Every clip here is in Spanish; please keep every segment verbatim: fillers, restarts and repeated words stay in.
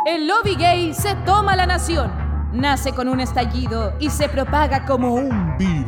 El lobby gay se toma la nación. Nace con un estallido y se propaga como un virus.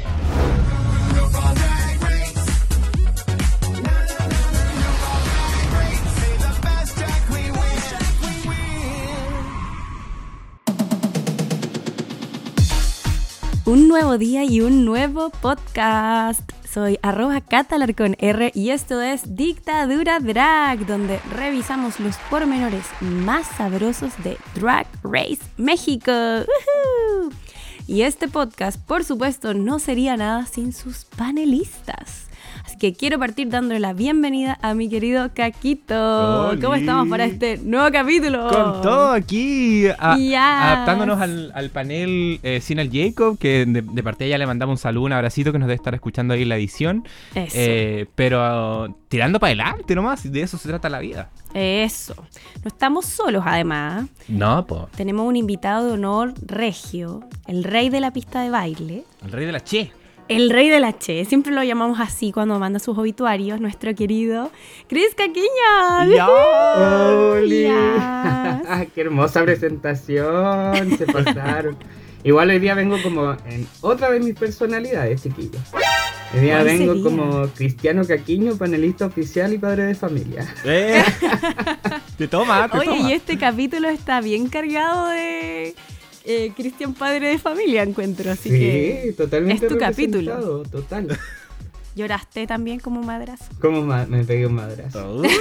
Un nuevo día y un nuevo podcast. Soy arroba Catalar con R y esto es Dictadura Drag, donde revisamos los pormenores más sabrosos de Drag Race México. ¡Woohoo! Y este podcast, por supuesto, no sería nada sin sus panelistas. Así que quiero partir dándole la bienvenida a mi querido Caquito. ¡Oli! ¿Cómo estamos para este nuevo capítulo? Con todo aquí, a, Yes. adaptándonos al, al panel eh, sin el Jacob, que de, de parte de ella le mandamos un saludo, un abracito, que nos debe estar escuchando ahí en la edición. Eso. Eh, pero uh, tirando para adelante nomás, de eso se trata la vida. Eso. No estamos solos, además. No, po. Tenemos un invitado de honor regio, el rey de la pista de baile, El rey de la che. el rey de la che, siempre lo llamamos así cuando manda sus obituarios, nuestro querido Chris Caquiño. ¡Ya! ¡Oli! Yes. ¡Qué hermosa presentación! Se pasaron. Igual hoy día vengo como en otra de mis personalidades, chiquillos. Hoy día ¿Cuál vengo sería? como Cristiano Caquiño, panelista oficial y padre de familia. Eh. Te toma, te Oye, toma. y este capítulo está bien cargado de eh, Cristian padre de familia, encuentro, así Sí, que totalmente es tu capítulo. representado, total. lloraste también como madrazo. Como ma- me pegué un madrazo. Oh.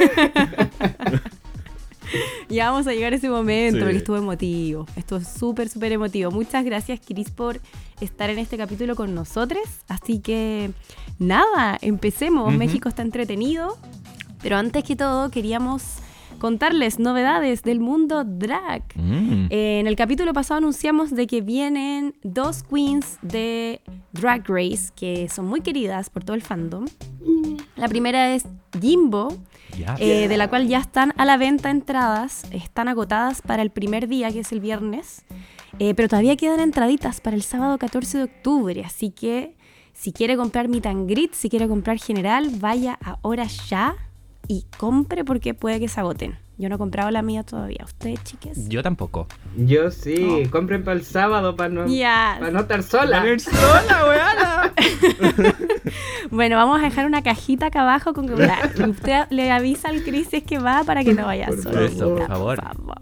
Ya vamos a llegar a ese momento, Sí. porque estuvo emotivo, estuvo súper, súper emotivo. Muchas gracias, Cris, por estar en este capítulo con nosotros. Así que, nada, empecemos. Ujú. México está entretenido, pero antes que todo queríamos contarles novedades del mundo drag. Mm. Eh, en el capítulo pasado anunciamos de que vienen dos queens de Drag Race que son muy queridas por todo el fandom. La primera es Jimbo, Ya. eh, de la cual ya están a la venta entradas, están agotadas para el primer día, que es el viernes, eh, pero todavía quedan entraditas para el sábado catorce de octubre, así que si quiere comprar meet and greet, si quiere comprar general, vaya ahora ya y compre porque puede que se agoten. Yo no he comprado la mía todavía. ¿Ustedes, chiques? Yo tampoco. Yo sí, compren para el sábado para no, Ya. pa no estar sola. sola, weala! Bueno, vamos a dejar una cajita acá abajo con que usted le avisa al Chris si es que va para que no vaya Por solita. Eso, por favor.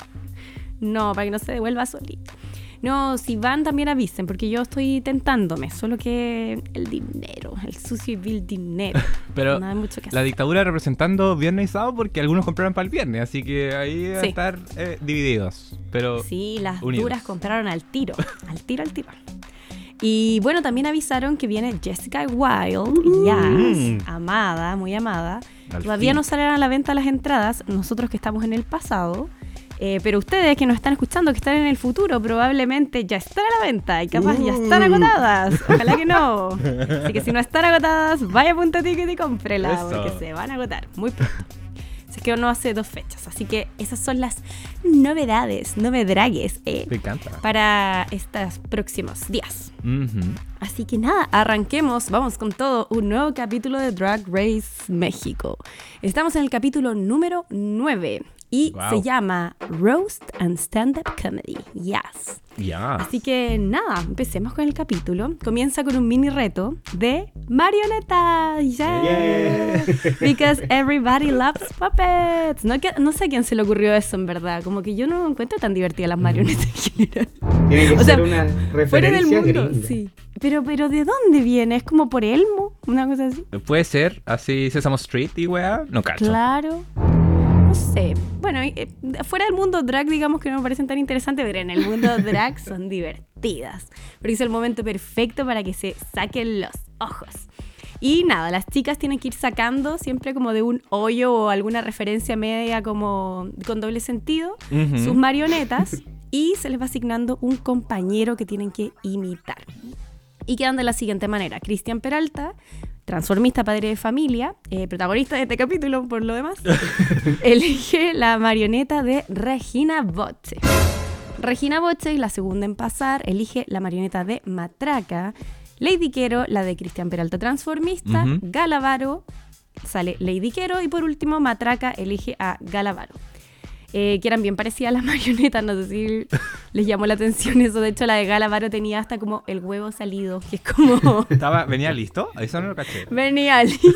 No, para que no se devuelva solita. No, si van también avisen, porque yo estoy tentándome, solo que el dinero, el sucio y vil dinero. Pero no hay mucho que la hacer. dictadura representando viernes y sábado porque algunos compraron para el viernes, así que ahí van a Sí. estar eh, divididos. Pero Sí, las unidos. duras compraron al tiro, al tiro, al tiro. Y bueno, también avisaron que viene Jessica Wilde, yes, Mm. amada, muy amada. Al Todavía fin. no salen a la venta las entradas, nosotros que estamos en el pasado. Eh, pero ustedes que nos están escuchando, que están en el futuro, probablemente ya están a la venta y capaz ya están Uh. agotadas. Ojalá que no. Así que si no están agotadas, vaya a Punta Ticket y cómprela, Eso. porque se van a agotar muy pronto. Se quedó no hace dos fechas. Así que esas son las novedades, novedragues, eh, Me encanta. para estos próximos días. Ujú. Así que nada, arranquemos, vamos con todo, un nuevo capítulo de Drag Race México. Estamos en el capítulo número nueve y Wow. se llama Roast and Stand-Up Comedy. Yes. Ya. Así que nada, empecemos con el capítulo. Comienza con un mini reto de marionetas. Yes. Yeah. Because everybody loves puppets. No, que- no sé a quién se le ocurrió eso en verdad. Como que yo no encuentro tan divertidas las marionetas en general. Tiene que O sea, ser una referencia Fuera del mundo, gringa. sí. Pero, pero ¿de dónde viene? ¿Es como por Elmo? Una cosa así. Puede ser así Sesame Street y weá. No cacho. Claro. No sé. Bueno, eh, fuera del mundo drag, digamos que no me parecen tan interesantes, pero en el mundo drag son divertidas. Porque es el momento perfecto para que se saquen los ojos. Y nada, las chicas tienen que ir sacando siempre como de un hoyo o alguna referencia media como con doble sentido Ujú. sus marionetas y se les va asignando un compañero que tienen que imitar. Y quedan de la siguiente manera. Cristian Peralta, transformista, padre de familia, eh, protagonista de este capítulo por lo demás, elige la marioneta de Regina Bocce. Regina Bocce, la segunda en pasar, elige la marioneta de Matraca. Lady Quero, la de Cristian Peralta, transformista. Ujú. Galavaro, sale Lady Quero. Y por último, Matraca elige a Galavaro. eh, que eran bien parecidas a las marionetas, no sé si les llamó la atención eso. De hecho, la de Gala Varo tenía hasta como el huevo salido, que es como... Estaba, ¿venía listo? Eso no lo caché. Venía listo.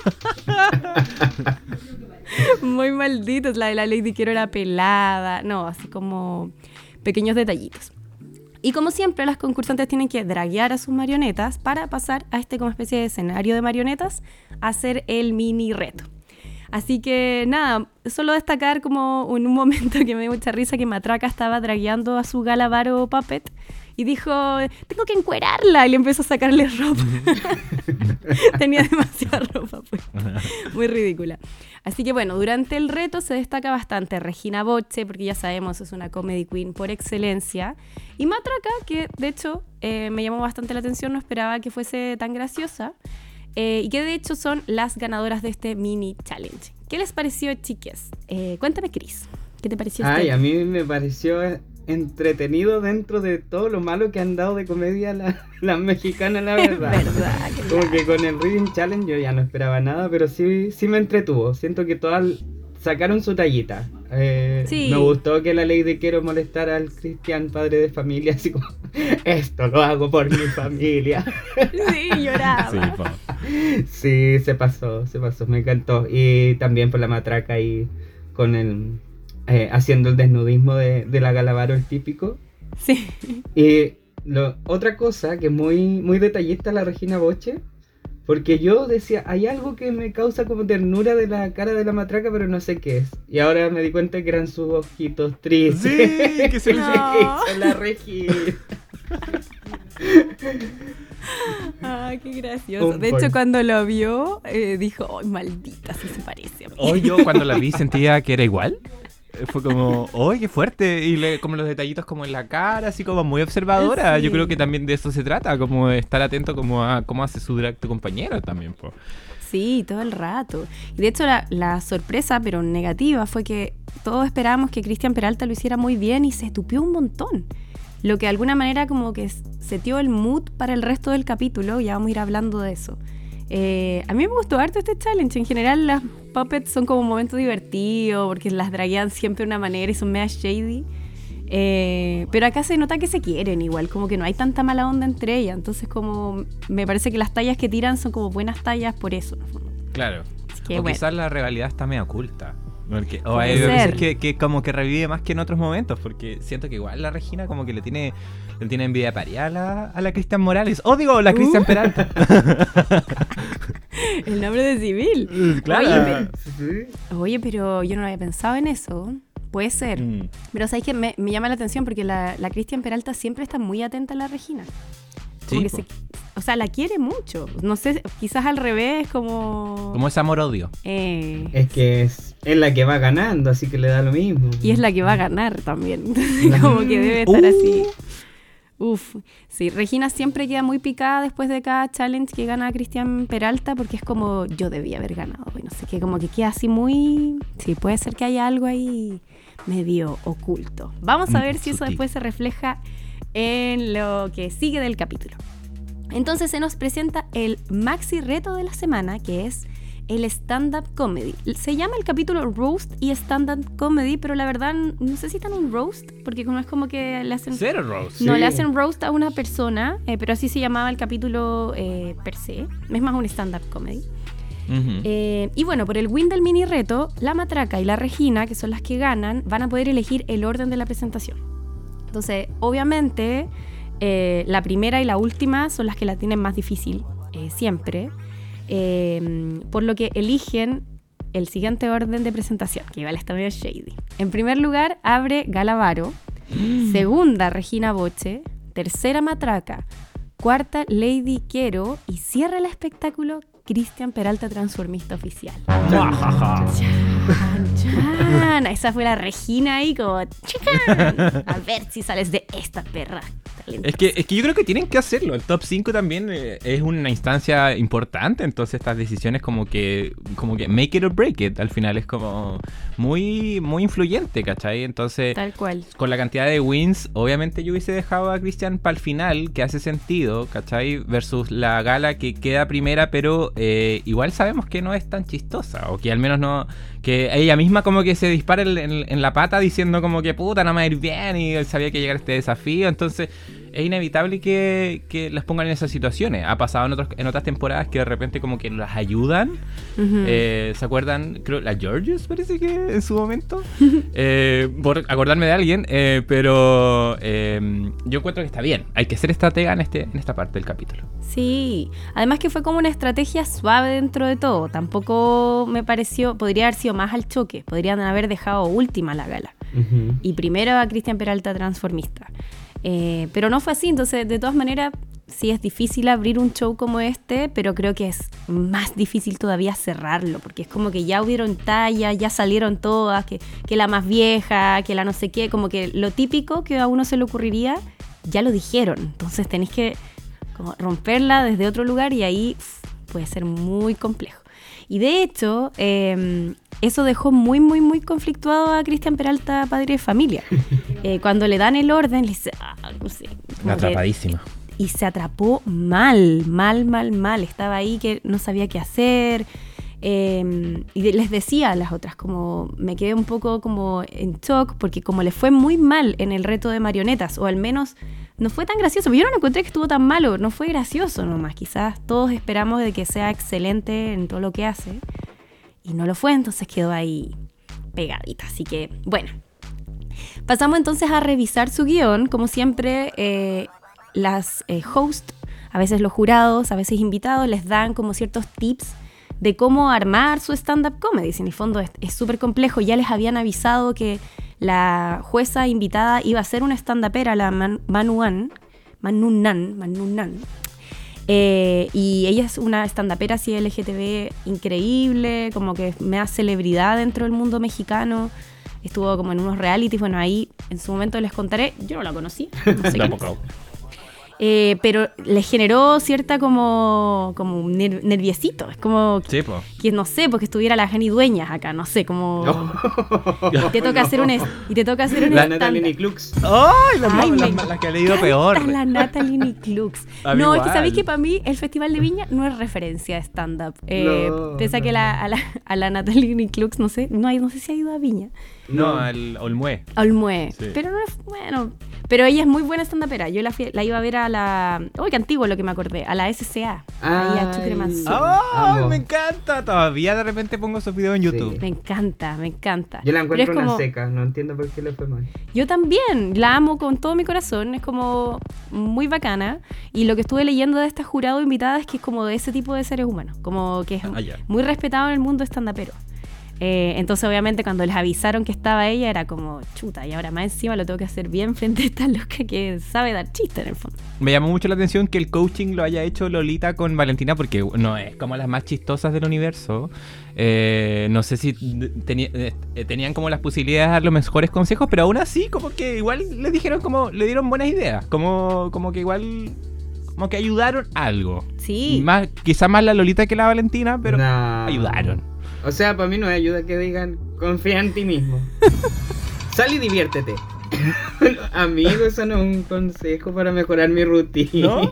Muy malditos. La de la Lady Quiero era pelada. No, así como pequeños detallitos. Y como siempre, las concursantes tienen que draguear a sus marionetas para pasar a este como especie de escenario de marionetas a hacer el mini reto. Así que nada, solo destacar como en un momento que me dio mucha risa que Matraca estaba dragueando a su Gala Varo Puppet y dijo, tengo que encuerarla, y le empezó a sacarle ropa. Tenía demasiada ropa, pues. Muy ridícula. Así que bueno, durante el reto se destaca bastante Regina Voce, porque ya sabemos, es una comedy queen por excelencia, y Matraca, que de hecho eh, me llamó bastante la atención, no esperaba que fuese tan graciosa. Eh, y que de hecho son las ganadoras de este mini challenge. ¿Qué les pareció, chiques? Eh, cuéntame, Cris, ¿qué te pareció? Ay, este? a mí me pareció entretenido dentro de todo lo malo que han dado de comedia las la mexicanas, la verdad. verdad que Como ya. que con el Reading Challenge yo ya no esperaba nada, pero sí, sí me entretuvo. Siento que todas sacaron su tallita. Eh, Sí. Me gustó que la Lady Quiero molestar al Cristian, padre de familia, así como, esto lo hago por mi familia. Sí, lloraba. Sí, po. Sí, se pasó, se pasó, me encantó. Y también por la Matraca y con el... Eh, haciendo el desnudismo de, de la Gala Varo, el típico. Sí. Y lo, otra cosa que es muy, muy detallista la Regina Voce, porque yo decía, hay algo que me causa como ternura de la cara de la Matraca, pero no sé qué es. Y ahora me di cuenta que eran sus ojitos tristes. Sí, que se No. hizo la Regina. Ay, qué gracioso. Un De hecho, point. cuando lo vio, eh, dijo, ¡ay, maldita, sí se parece a mí! Hoy yo cuando la vi sentía que era igual. Fue como, ¡ay, qué fuerte! Y le, como los detallitos como en la cara, así como muy observadora. Sí. Yo creo que también de eso se trata, como de estar atento como a cómo hace su drag tu compañero también, po. Sí, todo el rato. Y de hecho, la, la sorpresa, pero negativa, fue que todos esperábamos que Cristian Peralta lo hiciera muy bien y se tupió un montón. Lo que de alguna manera como que setió el mood para el resto del capítulo. Ya vamos a ir hablando de eso. Eh, a mí me gustó harto este challenge. En general las puppets son como un momento divertido porque las draguean siempre de una manera y son media shady. Eh, pero acá se nota que se quieren igual, como que no hay tanta mala onda entre ellas. Entonces como me parece que las tallas que tiran son como buenas tallas por eso, ¿no? Claro. Así que o bueno. quizás la rivalidad está media oculta. Porque, o Puede hay veces ser. que, que como que revive más que en otros momentos, porque siento que igual la Regina como que le tiene, le tiene envidia paria a la, a la Cristian Morales. O digo, la Cristian Uh. Peralta. El nombre de civil. Claro. Oye, Sí. Oye, pero yo no había pensado en eso. Puede ser. Mm. Pero sabes que me, me llama la atención porque la, la Cristian Peralta siempre está muy atenta a la Regina. Como Sí, que po. se- o sea, la quiere mucho. No sé, quizás al revés, como... Como es amor-odio. Eh, Es que es, es la que va ganando, así que le da lo mismo. y es la que va a ganar también. Entonces, como que debe estar Uh. así. Uf, sí, Regina siempre queda muy picada después de cada challenge que gana Cristian Peralta porque es como, yo debía haber ganado, y no sé qué, como que queda así muy... Sí, puede ser que haya algo ahí medio oculto. Vamos a Mm, ver si eso sutil. después se refleja en lo que sigue del capítulo. Entonces se nos presenta el maxi reto de la semana, que es el stand-up comedy. Se llama el capítulo Roast y Stand-up Comedy, pero la verdad no sé si están un roast, porque no es como que le hacen... Cero Rose. No, Sí. le hacen roast a una persona, eh, pero así se llamaba el capítulo eh, per se. Es más un stand-up comedy. Ujú. Eh, y bueno, por el win del mini reto, la Matraca y la Regina, que son las que ganan, van a poder elegir el orden de la presentación. Entonces, obviamente, eh, la primera y la última son las que la tienen más difícil, eh, siempre. Eh, por lo que eligen el siguiente orden de presentación, que igual está medio shady. En primer lugar, abre Gala Varo. Segunda, Regina Voce. Tercera, Matraca. Cuarta, Lady Quiero. Y cierra el espectáculo Cristian Peralta, transformista oficial. Muajaja. Chan, chan. Esa fue la Regina ahí como... ¡Chicán! A ver si sales de esta perra. Es que, es que yo creo que tienen que hacerlo. El top cinco también eh, es una instancia importante. Entonces estas decisiones como que como que make it or break it. Al final es como muy, muy influyente, ¿cachai? Entonces Tal cual. con la cantidad de wins, obviamente yo hubiese dejado a Cristian para el final, que hace sentido, ¿cachai? Versus la Gala que queda primera, pero eh, igual sabemos que no es tan chistosa, o que al menos no, que ella misma como que se dispara en, en, en la pata diciendo como que puta, no me va a ir bien, y él sabía que llegar a este desafío, entonces es inevitable que, que las pongan en esas situaciones. Ha pasado en, otros, en otras temporadas que de repente como que las ayudan. Uh-huh. eh, ¿Se acuerdan? Creo la Georges parece que en su momento. eh, por acordarme de alguien. Eh, pero eh, yo encuentro que está bien. Hay que ser estratega en, este, en esta parte del capítulo. Sí. Además que fue como una estrategia suave dentro de todo. Tampoco me pareció... Podría haber sido más al choque. Podrían haber dejado última la gala. Uh-huh. Y primero a Cristian Peralta transformista. Eh, pero no fue así, entonces de todas maneras sí es difícil abrir un show como este, pero creo que es más difícil todavía cerrarlo, porque es como que ya hubieron tallas, ya salieron todas, que, que la más vieja, que la no sé qué, como que lo típico que a uno se le ocurriría, ya lo dijeron, entonces tenés que como romperla desde otro lugar y ahí uf, puede ser muy complejo. Y de hecho, eh, eso dejó muy, muy, muy conflictuado a Cristian Peralta, padre de familia. Eh, cuando le dan el orden, le dice, ah, no sé. Atrapadísima. Y se atrapó mal, mal, mal, mal. Estaba ahí que no sabía qué hacer. Eh, y les decía a las otras, como me quedé un poco como en shock, porque como le fue muy mal en el reto de marionetas, o al menos no fue tan gracioso. Yo no lo encontré que estuvo tan malo, no fue gracioso nomás. Quizás todos esperamos de que sea excelente en todo lo que hace. Y no lo fue, entonces quedó ahí pegadita. Así que, bueno. Pasamos entonces a revisar su guión. Como siempre, eh, las eh, hosts, a veces los jurados, a veces invitados, les dan como ciertos tips de cómo armar su stand-up comedy. En el fondo es súper complejo. Ya les habían avisado que la jueza invitada iba a ser una stand-upera, la Man- Manuan, Manunan, Manunan. Eh, y ella es una stand-upera así L G T B increíble, como que me da celebridad dentro del mundo mexicano. Estuvo como en unos realities, bueno, ahí en su momento les contaré, yo no la conocí, no sé Tampoco. Eh, pero les generó cierta como, como un ner- nerviosito. Es como Sí, po. que no sé, porque estuviera la Jani Dueñas acá, no sé, como No. y te toca No. hacer un es- y te toca hacer un La stand-up. Natalie Klux. ¡Ay! La, Ay, la, me la, la que ha leído encanta peor. La Natalie Klux. A mí No, es igual. que sabéis que para mí el Festival de Viña no es referencia a stand-up. Eh, No, pese a no, que la, no. a, la, a la Natalie Klux, no sé, no, hay, no sé si ha ido a Viña. No, al Olmué. Olmué. Sí. Pero no es, bueno, pero ella es muy buena stand-upera. Yo la, fui- la iba a ver a la, uy, qué antiguo lo que me acordé, a la S C A. Ahí a Ay. Chucre Manso. ¡Ay, Amo. me encanta! Todavía de repente pongo esos videos en Sí. YouTube. Me encanta, me encanta. Yo la Pero encuentro es una como- seca, no entiendo por qué le fue mal. Yo también, la amo con todo mi corazón, es como muy bacana. Y lo que estuve leyendo de esta jurado invitada es que es como de ese tipo de seres humanos, como que es Ah, ya. muy respetado en el mundo stand-upero. Eh, entonces obviamente cuando les avisaron que estaba ella era como chuta, y ahora más encima lo tengo que hacer bien frente a esta loca que sabe dar chiste en el fondo. Me llamó mucho la atención que el coaching lo haya hecho Lolita con Valentina, porque no es como las más chistosas del universo. Eh, no sé si teni- eh, tenían como las posibilidades de dar los mejores consejos, pero aún así como que igual le dijeron como, le dieron buenas ideas, como, como que igual como que ayudaron algo. Sí. Más, quizá más la Lolita que la Valentina, pero No. ayudaron. O sea, para mí no es ayuda que digan, confía en ti mismo. Sal y diviértete. Amigo, eso no es un consejo para mejorar mi rutina.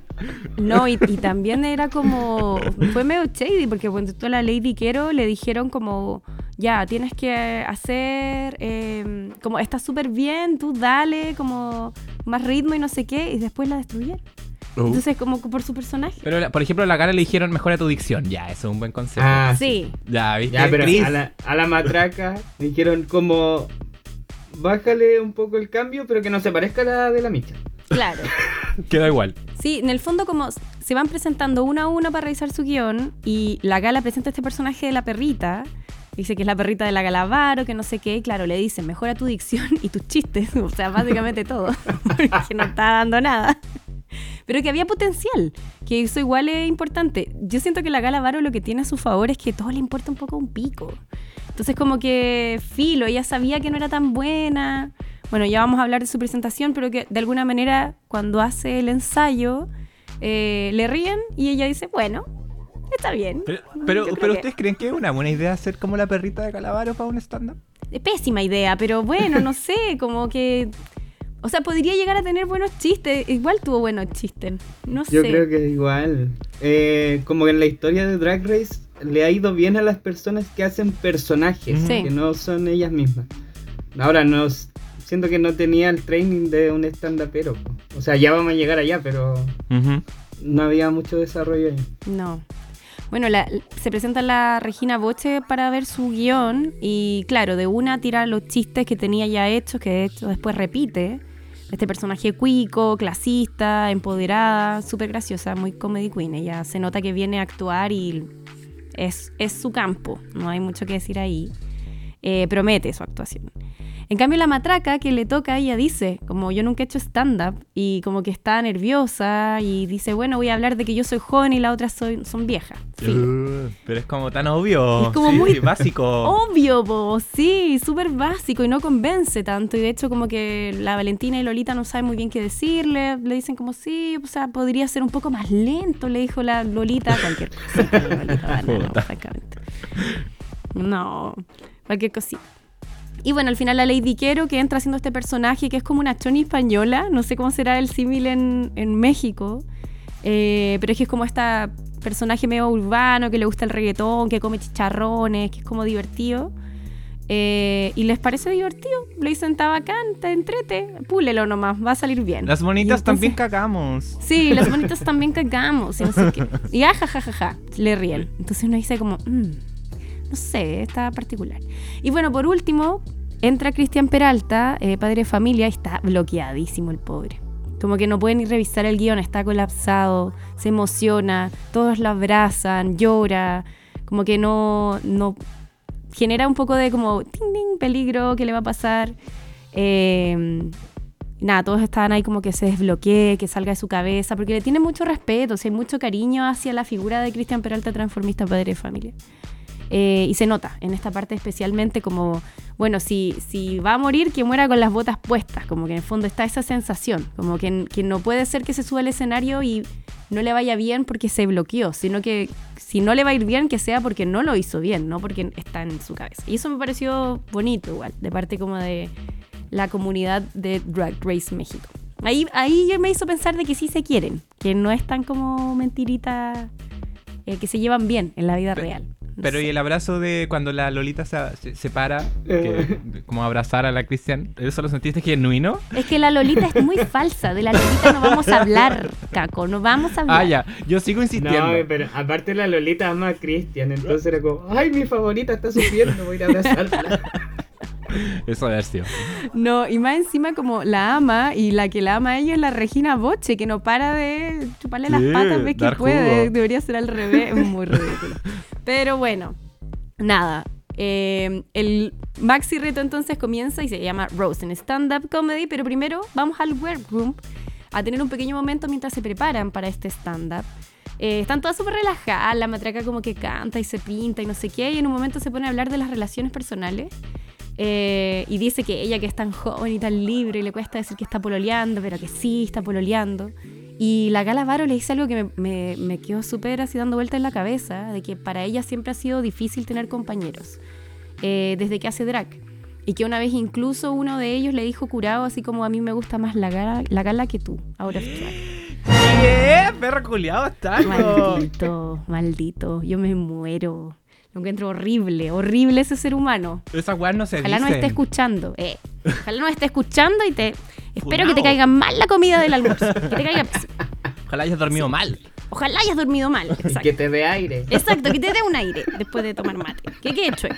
No, y, y también era como, fue medio shady, porque cuando tú a la Lady Quero le dijeron como, ya, tienes que hacer, eh, como, estás súper bien, tú dale, como, más ritmo y no sé qué, y después la destruyeron. Uh. Entonces, como por su personaje. Pero la- por ejemplo, a la cara le dijeron mejora tu dicción. Ya, eso es un buen consejo. Ah, Sí, Ya, ¿viste? ya, pero Chris? a la, a la matraca me dijeron como, bájale un poco el cambio, pero que no se parezca a la de la Micha. claro. Queda igual. Sí, en el fondo como se van presentando uno a uno para revisar su guión y la Gala presenta este personaje de la perrita, dice que es la perrita de la Galavaro, que no sé qué, y claro, le dicen mejora tu dicción y tus chistes, o sea, básicamente todo, porque no está dando nada. Pero que había potencial, que eso igual es importante. Yo siento que la Galavaro lo que tiene a su favor es que todo le importa un poco un pico. Entonces como que filo, ella sabía que no era tan buena. Bueno, ya vamos a hablar de su presentación, pero que de alguna manera cuando hace el ensayo eh, le ríen y ella dice, bueno, está bien. Pero, pero, Yo creo pero que- ¿ustedes creen que es una buena idea hacer como la perrita de Calavaro para un stand-up? Es pésima idea, pero bueno, no sé, como que O sea, podría llegar a tener buenos chistes. Igual tuvo buenos chistes. No Yo sé. creo que igual. Eh, como que en la historia de Drag Race le ha ido bien a las personas que hacen personajes, Sí. que no son ellas mismas. Ahora, no, siento que no tenía el training de un stand-upero. po. O sea, ya vamos a llegar allá, pero Ujú. no había mucho desarrollo ahí. No. Bueno, la, se presenta la Regina Boche para ver su guión y claro, de una tira los chistes que tenía ya hechos, que de hecho después repite. Este personaje cuico, clasista, empoderada, súper graciosa, muy comedy queen. Ella se nota que viene a actuar y es, es su campo, no hay mucho que decir ahí. Eh, promete su actuación. En cambio, la matraca que le toca, ella dice, como yo nunca he hecho stand-up, y como que está nerviosa, y dice, bueno, voy a hablar de que yo soy joven y las otras soy, son viejas. Filo. Uh, pero es como tan obvio. Es como Sí, muy básico. Obvio, po, sí, súper básico y no convence tanto. Y de hecho como que la Valentina y Lolita no saben muy bien qué decirle. Le dicen como sí, o sea, podría ser un poco más lento, le dijo la Lolita. Cualquier cosa. Lolita banana, Puta. francamente. No, cualquier cosita. Y bueno, al final la Lady Quero que entra haciendo este personaje que es como una choni española. No sé cómo será el símil en, en México. Eh, pero es que es como esta personaje medio urbano que le gusta el reggaetón, que come chicharrones, que es como divertido. Eh, y les parece divertido. Le dicen, está bacán, te entrete, púlelo nomás, va a salir bien. Las Y bonitas entonces- también cagamos. Sí, las bonitas también cagamos y no sé qué. Y ah, ja, ja, ja, ja, le ríen. Entonces uno dice como, mmm, no sé, está particular. Y bueno, por último, entra Cristian Peralta, eh, padre de familia, y está bloqueadísimo el pobre. Como que no puede ni revisar el guión, está colapsado, se emociona, todos lo abrazan, llora, como que no, no genera un poco de como ting, ting, peligro, ¿qué le va a pasar? Eh, nada, todos estaban ahí como que se desbloquee, que salga de su cabeza, porque le tiene mucho respeto, o sea, hay mucho cariño hacia la figura de Cristian Peralta, transformista, padre de familia. Eh, y se nota en esta parte especialmente como, bueno, si, si va a morir, que muera con las botas puestas, como que en el fondo está esa sensación, como que, que no puede ser que se suba al escenario y no le vaya bien porque se bloqueó, sino que si no le va a ir bien, que sea porque no lo hizo bien, no porque está en su cabeza. Y eso me pareció bonito igual, de parte como de la comunidad de Drag Race México. Ahí, ahí me hizo pensar de que sí se quieren, que no es tan como mentirita, eh, que se llevan bien en la vida Pe- real. No Pero sé. y el abrazo de cuando la Lolita se, se, se para, que, como abrazar a la Cristian, ¿eso lo sentiste genuino? Es que la Lolita es muy falsa. De la Lolita no vamos a hablar, Caco. No vamos a hablar. Ah, ya, yo sigo insistiendo. No, pero aparte la Lolita ama a Cristian, entonces era como, ay, mi favorita está sufriendo, voy a ir a abrazarla. Eso debe haber sido. No, y más encima como la ama, y la que la ama a ella es la Regina Boche, que no para de chuparle Sí, las patas, ves que dar puede. jugo. Debería ser al revés. Es muy ridículo. Pero bueno, nada. Eh, el maxi reto entonces comienza y se llama Rose en Stand-Up Comedy, pero primero vamos al workroom a tener un pequeño momento mientras se preparan para este stand-up. Eh, están todas súper relajadas, la matraca como que canta y se pinta y no sé qué, y en un momento se pone a hablar de las relaciones personales. Eh, y dice que ella que es tan joven y tan libre y le cuesta decir que está pololeando, pero que sí está pololeando. Y la Gala Varo le dice algo que me, me, me quedó súper así dando vueltas en la cabeza, de que para ella siempre ha sido difícil tener compañeros, eh, desde que hace drag. Y que una vez incluso uno de ellos le dijo curado así como, a mí me gusta más la Gala, la gala que tú, ahora es drag. ¿Qué? Perro culiado está. Maldito, maldito, yo me muero. Lo encuentro horrible, horrible ese ser humano. Esas weas no se Ojalá dicen. nos esté escuchando. Eh. Ojalá nos esté escuchando y te espero Funao. que te caiga mal la comida del almuerzo. Que te caiga pésimo. Ojalá hayas dormido mal. Ojalá hayas dormido mal. Y Exacto. que te dé aire. Exacto, que te dé un aire después de tomar mate. ¿Qué qué hecho?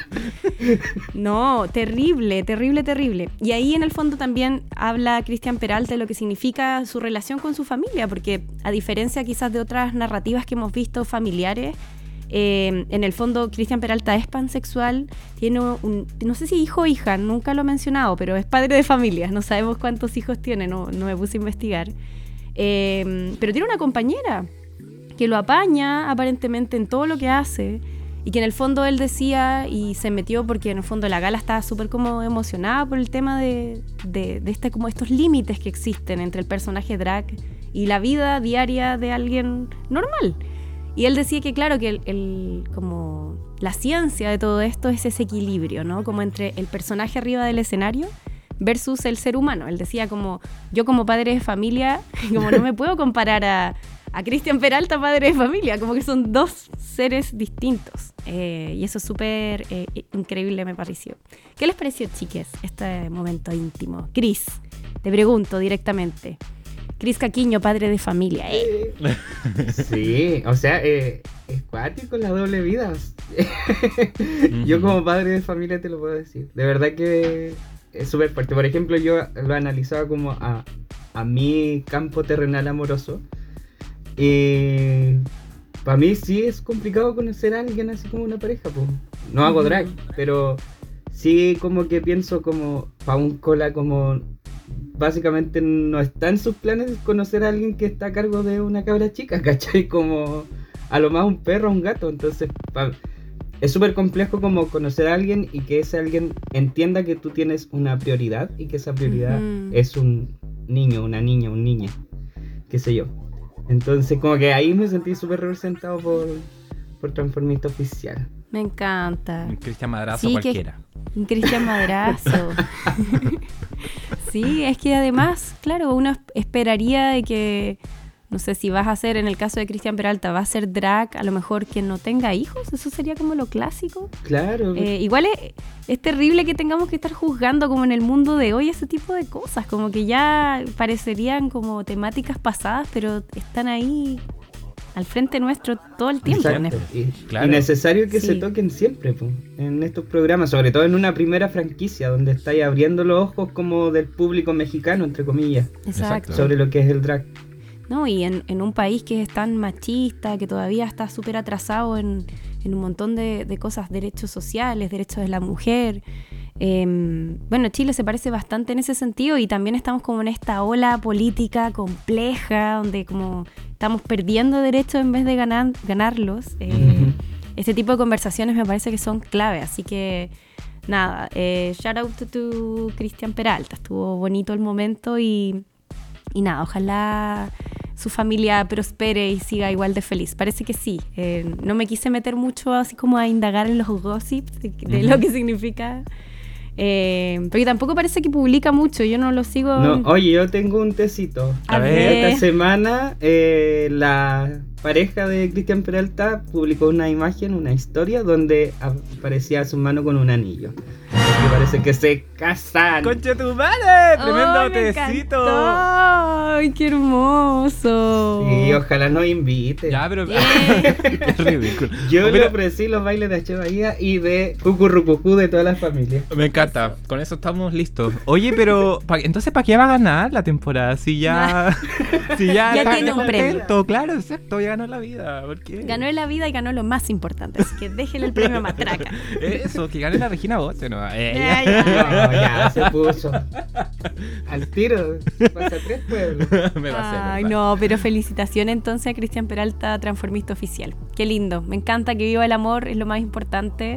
No, terrible, terrible, terrible. Y ahí en el fondo también habla Cristian Peralta de lo que significa su relación con su familia, porque a diferencia quizás de otras narrativas que hemos visto familiares, eh, en el fondo Cristian Peralta es pansexual, tiene un, no sé si hijo o hija, nunca lo he mencionado, pero es padre de familia, no sabemos cuántos hijos tiene, no, no me puse a investigar. Eh, pero tiene una compañera que lo apaña aparentemente en todo lo que hace y que en el fondo él decía y se metió porque en el fondo la Gala estaba súper como emocionada por el tema de, de, de este, como estos límites que existen entre el personaje drag y la vida diaria de alguien normal. Y él decía que claro, que el, el, como la ciencia de todo esto es ese equilibrio, ¿no? Como entre el personaje arriba del escenario versus el ser humano. Él decía como, yo como padre de familia, como no me puedo comparar a, a Cristian Peralta, padre de familia, como que son dos seres distintos. Eh, y eso es súper eh, increíble, me pareció. ¿Qué les pareció, chiques, este momento íntimo? Cris, te pregunto directamente. Cris Caquiño, padre de familia. ¿eh? Sí, o sea, eh, es cuático la doble vida. Yo como padre de familia te lo puedo decir. De verdad que es súper fuerte. Por ejemplo, yo lo analizaba como a, a mi campo terrenal amoroso. Y para mí sí es complicado conocer a alguien así como una pareja. Pues. No hago drag, pero sí como que pienso como pa' un cola como... Básicamente no está en sus planes conocer a alguien que está a cargo de una cabra chica, ¿cachai? Como a lo más un perro o un gato. Entonces pa, es súper complejo como conocer a alguien y que ese alguien entienda que tú tienes una prioridad y que esa prioridad uh-huh. es un niño, una niña, un niño, qué sé yo. Entonces como que ahí me sentí súper representado por, por Transformista Oficial. Me encanta. Un Cristian Madrazo sí, cualquiera. Que, un Cristian Madrazo. Sí, es que además, claro, uno esperaría de que, no sé, si vas a hacer, en el caso de Cristian Peralta, va a ser drag, a lo mejor que no tenga hijos, eso sería como lo clásico. Claro. Eh, igual es, es terrible que tengamos que estar juzgando como en el mundo de hoy ese tipo de cosas, como que ya parecerían como temáticas pasadas, pero están ahí al frente nuestro todo el tiempo. Y, claro. y necesario que sí. se toquen siempre po, en estos programas, sobre todo en una primera franquicia donde estáis abriendo los ojos como del público mexicano, entre comillas, Exacto. sobre lo que es el drag. No, y en, en un país que es tan machista, que todavía está súper atrasado en, en un montón de, de cosas, derechos sociales, derechos de la mujer. Eh, bueno, Chile se parece bastante en ese sentido y también estamos como en esta ola política compleja donde como estamos perdiendo derechos en vez de ganar, ganarlos. Eh, uh-huh. Este tipo de conversaciones me parece que son clave, así que nada, eh, shout out to, to Cristian Peralta, estuvo bonito el momento y, y nada, ojalá su familia prospere y siga igual de feliz. Parece que sí. Eh, no me quise meter mucho así como a indagar en los gossips de, de uh-huh. lo que significa... Eh, porque tampoco parece que publica mucho, yo no lo sigo. No, oye, yo tengo un tecito. A ver. Esta semana eh, la pareja de Cristian Peralta publicó una imagen, una historia donde aparecía su mano con un anillo. Me parece que se casan. ¡Concha tu madre! ¡Tremendo ¡Ay, me tecito! ¡Ay, qué hermoso! Sí, ojalá nos invite. Ya, pero... Qué ridículo. Yo pero... le ofrecí los bailes de H. Bahía y de Cucurrucucú de toda la familia. Me encanta. Con eso estamos listos. Oye, pero... ¿pa... Entonces, ¿para qué va a ganar la temporada? Si ya... si ya... ya tiene un premio. Claro, exacto. Ya ganó la vida. ¿Por qué? Ganó la vida y ganó lo más importante. Así que déjenle el premio a Matraca. Eso, que gane la Regina Boche, ¿no? Eh, ya, ya. No, ya se puso al tiro, pasa tres pueblos. Me va a hacer, Ay, ¿verdad? no, pero felicitaciones entonces a Cristian Peralta, Transformista Oficial. Qué lindo, me encanta que viva el amor, es lo más importante.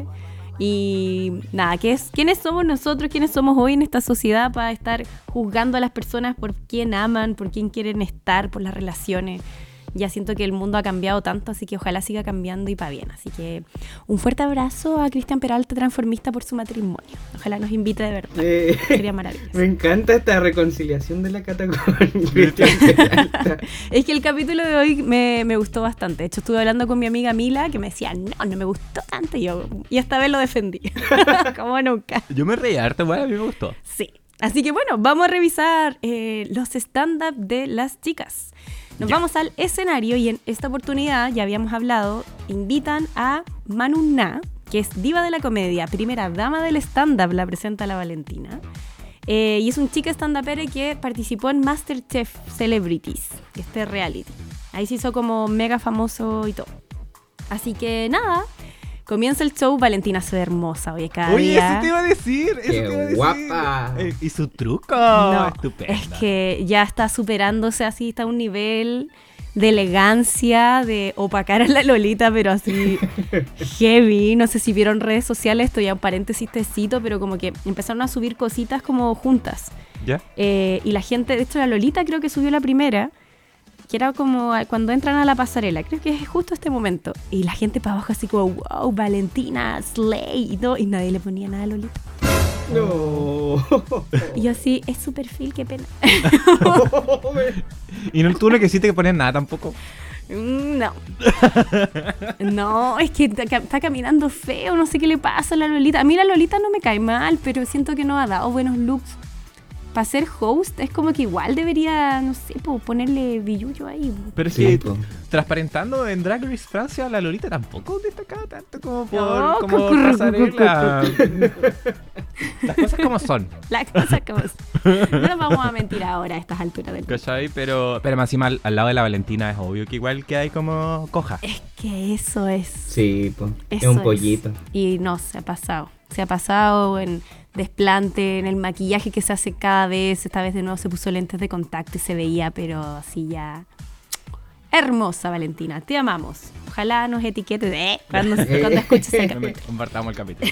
Y nada, ¿qué es, ¿quiénes somos nosotros? ¿Quiénes somos hoy en esta sociedad para estar juzgando a las personas por quién aman, por quién quieren estar, por las relaciones? Ya siento que el mundo ha cambiado tanto, así que ojalá siga cambiando y para bien. Así que un fuerte abrazo a Cristian Peralta, Transformista, por su matrimonio. Ojalá nos invite de verdad. Eh, Sería maravilloso. Me encanta esta reconciliación de la Cata con Cristian Peralta. Es que el capítulo de hoy me, me gustó bastante. De hecho, estuve hablando con mi amiga Mila, que me decía, no, no me gustó tanto. Y yo, y esta vez lo defendí. Como nunca. Yo me reí harto, bueno, a mí me gustó. Sí. Así que bueno, vamos a revisar eh, los stand-up de las chicas. Nos Ya. vamos al escenario y en esta oportunidad, ya habíamos hablado, invitan a Manu Na, que es diva de la comedia, primera dama del stand-up, la presenta la Valentina. Eh, y es un chica stand-upera que participó en MasterChef Celebrities, este reality. Ahí se hizo como mega famoso y todo. Así que nada, comienza el show. Valentina se ve hermosa, oye, cada Oye, día. eso te iba a decir. Eso ¡Qué te iba a decir. guapa! Eh, y su truco. No, Estupendo. es que ya está superándose así, está a un nivel de elegancia, de opacar a la Lolita, pero así heavy. No sé si vieron redes sociales, esto ya un paréntesis tecito, pero como que empezaron a subir cositas como juntas. ¿Ya? Eh, y la gente, de hecho la Lolita creo que subió la primera, que era como cuando entran a la pasarela, creo que es justo este momento. Y la gente para abajo así como, wow, Valentina, slay, y todo, y nadie le ponía nada a Lolita. No. Y yo así, es su perfil, qué pena. Y no tú no quisiste que poner nada tampoco. No. No, es que está, está caminando feo, no sé qué le pasa a la Lolita. A mí la Lolita no me cae mal, pero siento que no ha dado buenos looks. Para ser host es como que igual debería, no sé, po, ponerle billullo ahí. Pero es Sí, que po. transparentando en Drag Race Francia, la Lolita tampoco destacaba tanto como por No, como cu- cu- pasarela. Las cosas como son, La cosa como es. No nos vamos a mentir ahora a estas alturas del tiempo. ¿cachai? Pero, pero más encima al, al lado de la Valentina es obvio que igual que hay como coja. Es que eso es. Sí, pues. Es Eso un pollito. Y no, se ha pasado. Se ha pasado en desplante, en el maquillaje que se hace cada vez. Esta vez de nuevo se puso lentes de contacto y se veía, pero así ya... Hermosa, Valentina. Te amamos. Ojalá nos etiquetes ¿eh? cuando, cuando escuches el capítulo. Compartamos el capítulo.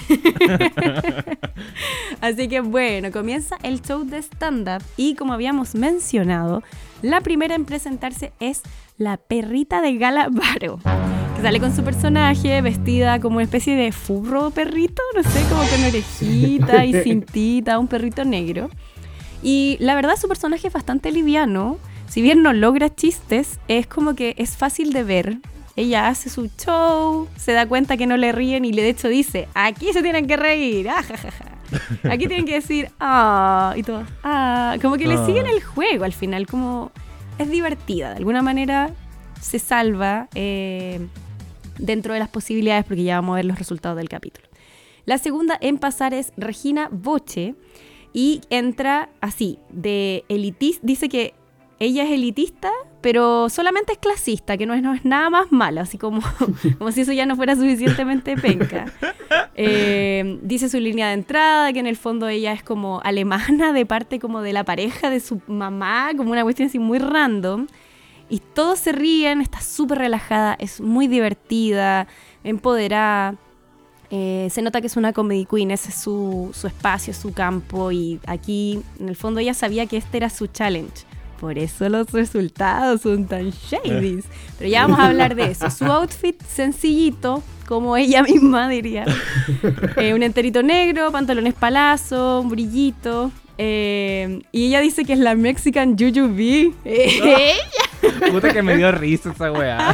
Así que bueno, comienza el show de stand-up y como habíamos mencionado, la primera en presentarse es la perrita de Gala Varo, que sale con su personaje vestida como una especie de furro perrito, no sé, como con orejita y cintita, un perrito negro. Y la verdad su personaje es bastante liviano, si bien no logra chistes, es como que es fácil de ver. Ella hace su show, se da cuenta que no le ríen y de hecho dice, aquí se tienen que reír, ah, ja, ja, ja. Aquí tienen que decir, ah, y todos, ah, como que le Ah. siguen el juego al final, como es divertida, de alguna manera se salva eh, dentro de las posibilidades porque ya vamos a ver los resultados del capítulo. La segunda en pasar es Regina Boche y entra así, de elitista, dice que ella es elitista, pero solamente es clasista, que no es, no es nada más malo, así como, como si eso ya no fuera suficientemente penca. Eh, dice su línea de entrada, que en el fondo ella es como alemana, de parte como de la pareja de su mamá, como una cuestión así muy random. Y todos se ríen, está súper relajada, es muy divertida, empoderada. Eh, se nota que es una comedy queen, ese es su, su espacio, su campo. Y aquí, en el fondo, ella sabía que este era su challenge. Por eso los resultados son tan shady. Pero ya vamos a hablar de eso. Su outfit sencillito, como ella misma diría. Eh, un enterito negro, pantalones palazo, un brillito. Eh, y ella dice que es la Mexican Juju B. Eh, Puta que me dio risa esa weá.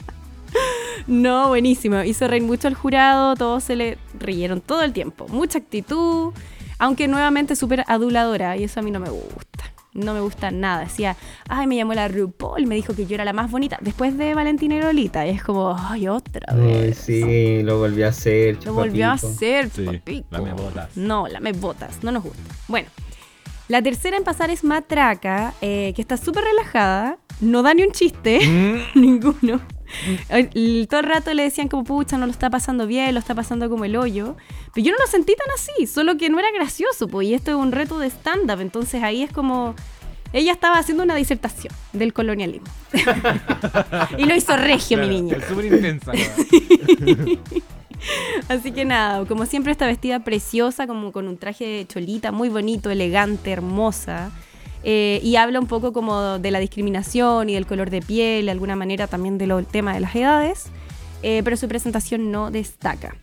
No, buenísimo. Hizo reír mucho al jurado. Todos se le rieron todo el tiempo. Mucha actitud. Aunque nuevamente súper aduladora. Y eso a mí no me gusta. No me gusta nada. Decía, ay, me llamó la RuPaul, me dijo que yo era la más bonita. Después de Valentina y Lolita. Y es como, ay, otra Ay, vez. sí, lo volvió a hacer. Lo volvió a chupapico. hacer, Sí, chupapico. lame botas. No, lame botas. No nos gusta. Bueno, la tercera en pasar es Matraca, eh, que está súper relajada. No da ni un chiste. Mm. Ninguno. El- todo el rato le decían como, pucha, no lo está pasando bien, lo está pasando como el hoyo. Pero yo no lo sentí tan así, solo que no era gracioso, pues, y esto es un reto de stand-up. Entonces ahí es como... Ella estaba haciendo una disertación del colonialismo. Y lo hizo regio, mi niña. Es súper intensa. weá. Así que nada, como siempre está vestida preciosa, como con un traje de cholita, muy bonito, elegante, hermosa. Eh, y habla un poco como de la discriminación y del color de piel, de alguna manera también del tema de las edades. Eh, pero su presentación no destaca.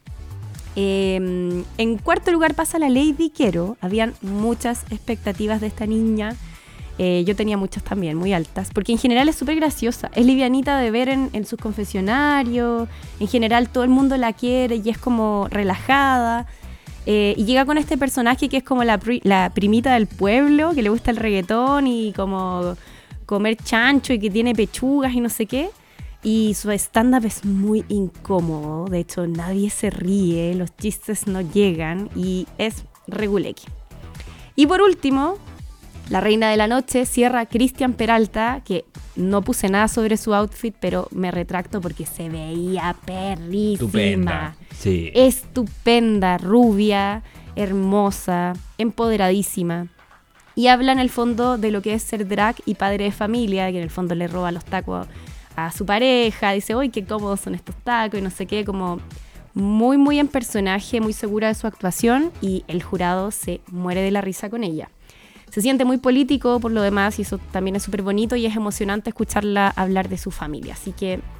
Eh, en cuarto lugar pasa la Lady Quero. Habían muchas expectativas de esta niña. Eh, yo tenía muchas también, muy altas, porque en general es súper graciosa, es livianita de ver en, en sus confesionarios, en general todo el mundo la quiere y es como relajada, eh, y llega con este personaje que es como la, pri- la primita del pueblo, que le gusta el reggaetón y como comer chancho y que tiene pechugas y no sé qué, y su stand-up es muy incómodo, de hecho nadie se ríe, los chistes no llegan y es regulequi. Y por último... La reina de la noche cierra Cristian Peralta, que no puse nada sobre su outfit, pero me retracto porque se veía perrísima. Estupenda. Sí. Estupenda, rubia, hermosa, empoderadísima. Y habla en el fondo de lo que es ser drag y padre de familia, que en el fondo le roba los tacos a su pareja. Dice, uy, qué cómodos son estos tacos y no sé qué, como muy, muy en personaje, muy segura de su actuación. Y el jurado se muere de la risa con ella. Se siente muy político por lo demás y eso también es súper bonito y es emocionante escucharla hablar de su familia. Así que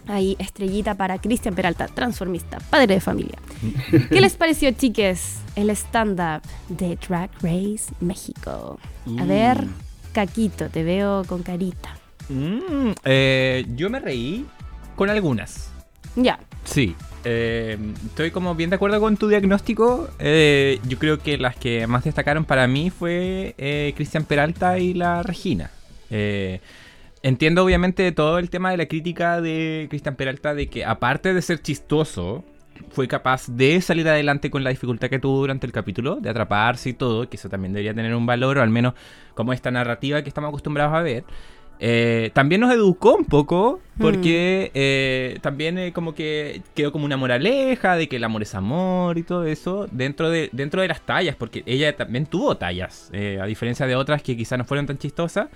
Ahí, estrellita para Cristian Peralta, transformista, padre de familia. ¿Qué les pareció, chiques, el stand-up de Drag Race México? A ver, Caquito, te veo con carita. Mm, eh, yo me reí con algunas. Ya. Sí. Eh, estoy como bien de acuerdo con tu diagnóstico. Eh, yo creo que las que más destacaron para mí fue eh, Cristian Peralta y la Regina. Eh, entiendo obviamente todo el tema de la crítica de Cristian Peralta, de que aparte de ser chistoso, fue capaz de salir adelante con la dificultad que tuvo durante el capítulo, de atraparse y todo, que eso también debería tener un valor, o al menos como esta narrativa que estamos acostumbrados a ver. Eh, también nos educó un poco porque mm. eh, también eh, como que quedó como una moraleja de que el amor es amor y todo eso dentro de, dentro de las tallas, porque ella también tuvo tallas, eh, a diferencia de otras que quizás no fueron tan chistosas.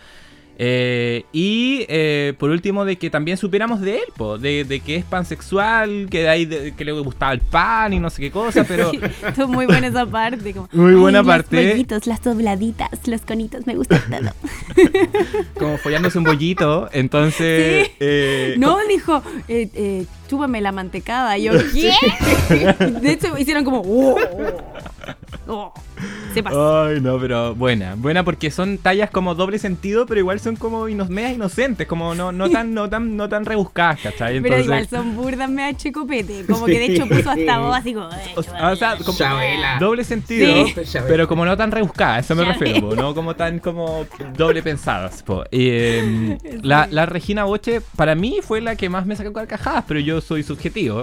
Eh, y eh, por último, de que también supiéramos de él, po, de, de que es pansexual, que de ahí de, que le gustaba el pan y no sé qué cosa, pero estuvo muy buena esa parte, como, muy buena ay, parte. Los bollitos, las dobladitas, los conitos, me gusta todo. Como follándose un bollito, entonces sí. eh, no, como... dijo eh, eh, chúpame la mantecada. Y yo, ¿qué? De hecho hicieron como oh, oh, oh. Se pasa. Ay, no, pero buena, buena porque son tallas como doble sentido, pero igual son como inos, medias inocentes, como no, no tan, no tan, no tan rebuscadas, ¿cachai? Entonces... Pero igual son burdas meas chicopete, como que de hecho puso hasta voz así como, eh, o, o sea, como Chabela. Doble sentido, sí. pero como no tan rebuscadas, eso me Chabela. refiero, po, no como tan como doble pensadas, po. Y, eh, sí. la, la Regina Boche para mí fue la que más me sacó carcajadas, pero yo soy subjetivo.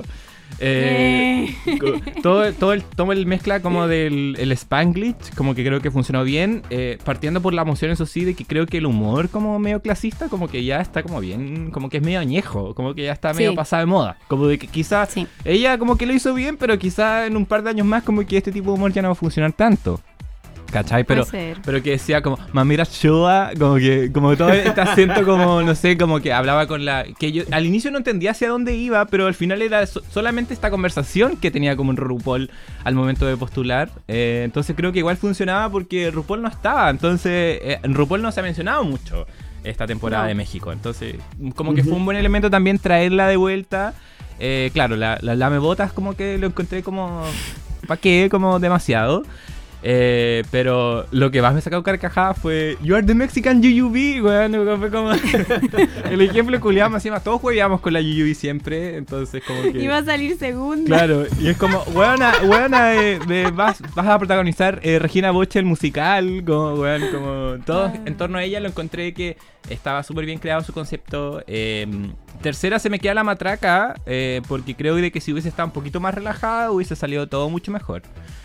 Eh, eh. todo, todo, el, todo el mezcla como del el Spanglish, como que creo que funcionó bien, eh, partiendo por la emoción, eso sí, de que creo que el humor como medio clasista, como que ya está como bien, como que es medio añejo, como que ya está medio sí. pasado de moda, como de que quizás sí. ella como que lo hizo bien, pero quizás en un par de años más como que este tipo de humor ya no va a funcionar tanto. ¿Cachai? Pero, pero que decía como Mamira Shoa, como que como todo este acento como, no sé, como que hablaba con la... Que yo al inicio no entendía hacia dónde iba, pero al final era so, solamente esta conversación que tenía como en RuPaul al momento de postular. Eh, entonces creo que igual funcionaba porque RuPaul no estaba. Entonces eh, en RuPaul no se ha mencionado mucho esta temporada no. de México. Entonces como que uh-huh. fue un buen elemento también traerla de vuelta. Eh, claro, la, la lamebotas como que lo encontré como... ¿Para qué? Como demasiado. Eh, pero lo que más me sacó carcajada fue You are the Mexican U U B, weón. Fue como el ejemplo culiado, más encima todos jugábamos con la U U B siempre, entonces como que iba a salir segunda. Claro, y es como, weona, weona de, de vas, vas a protagonizar eh, Regina Boche el musical, como weón, como todo ah. en torno a ella lo encontré que estaba súper bien creado su concepto. Eh, tercera se me queda la matraca, eh, porque creo de que si hubiese estado un poquito más relajada hubiese salido todo mucho mejor.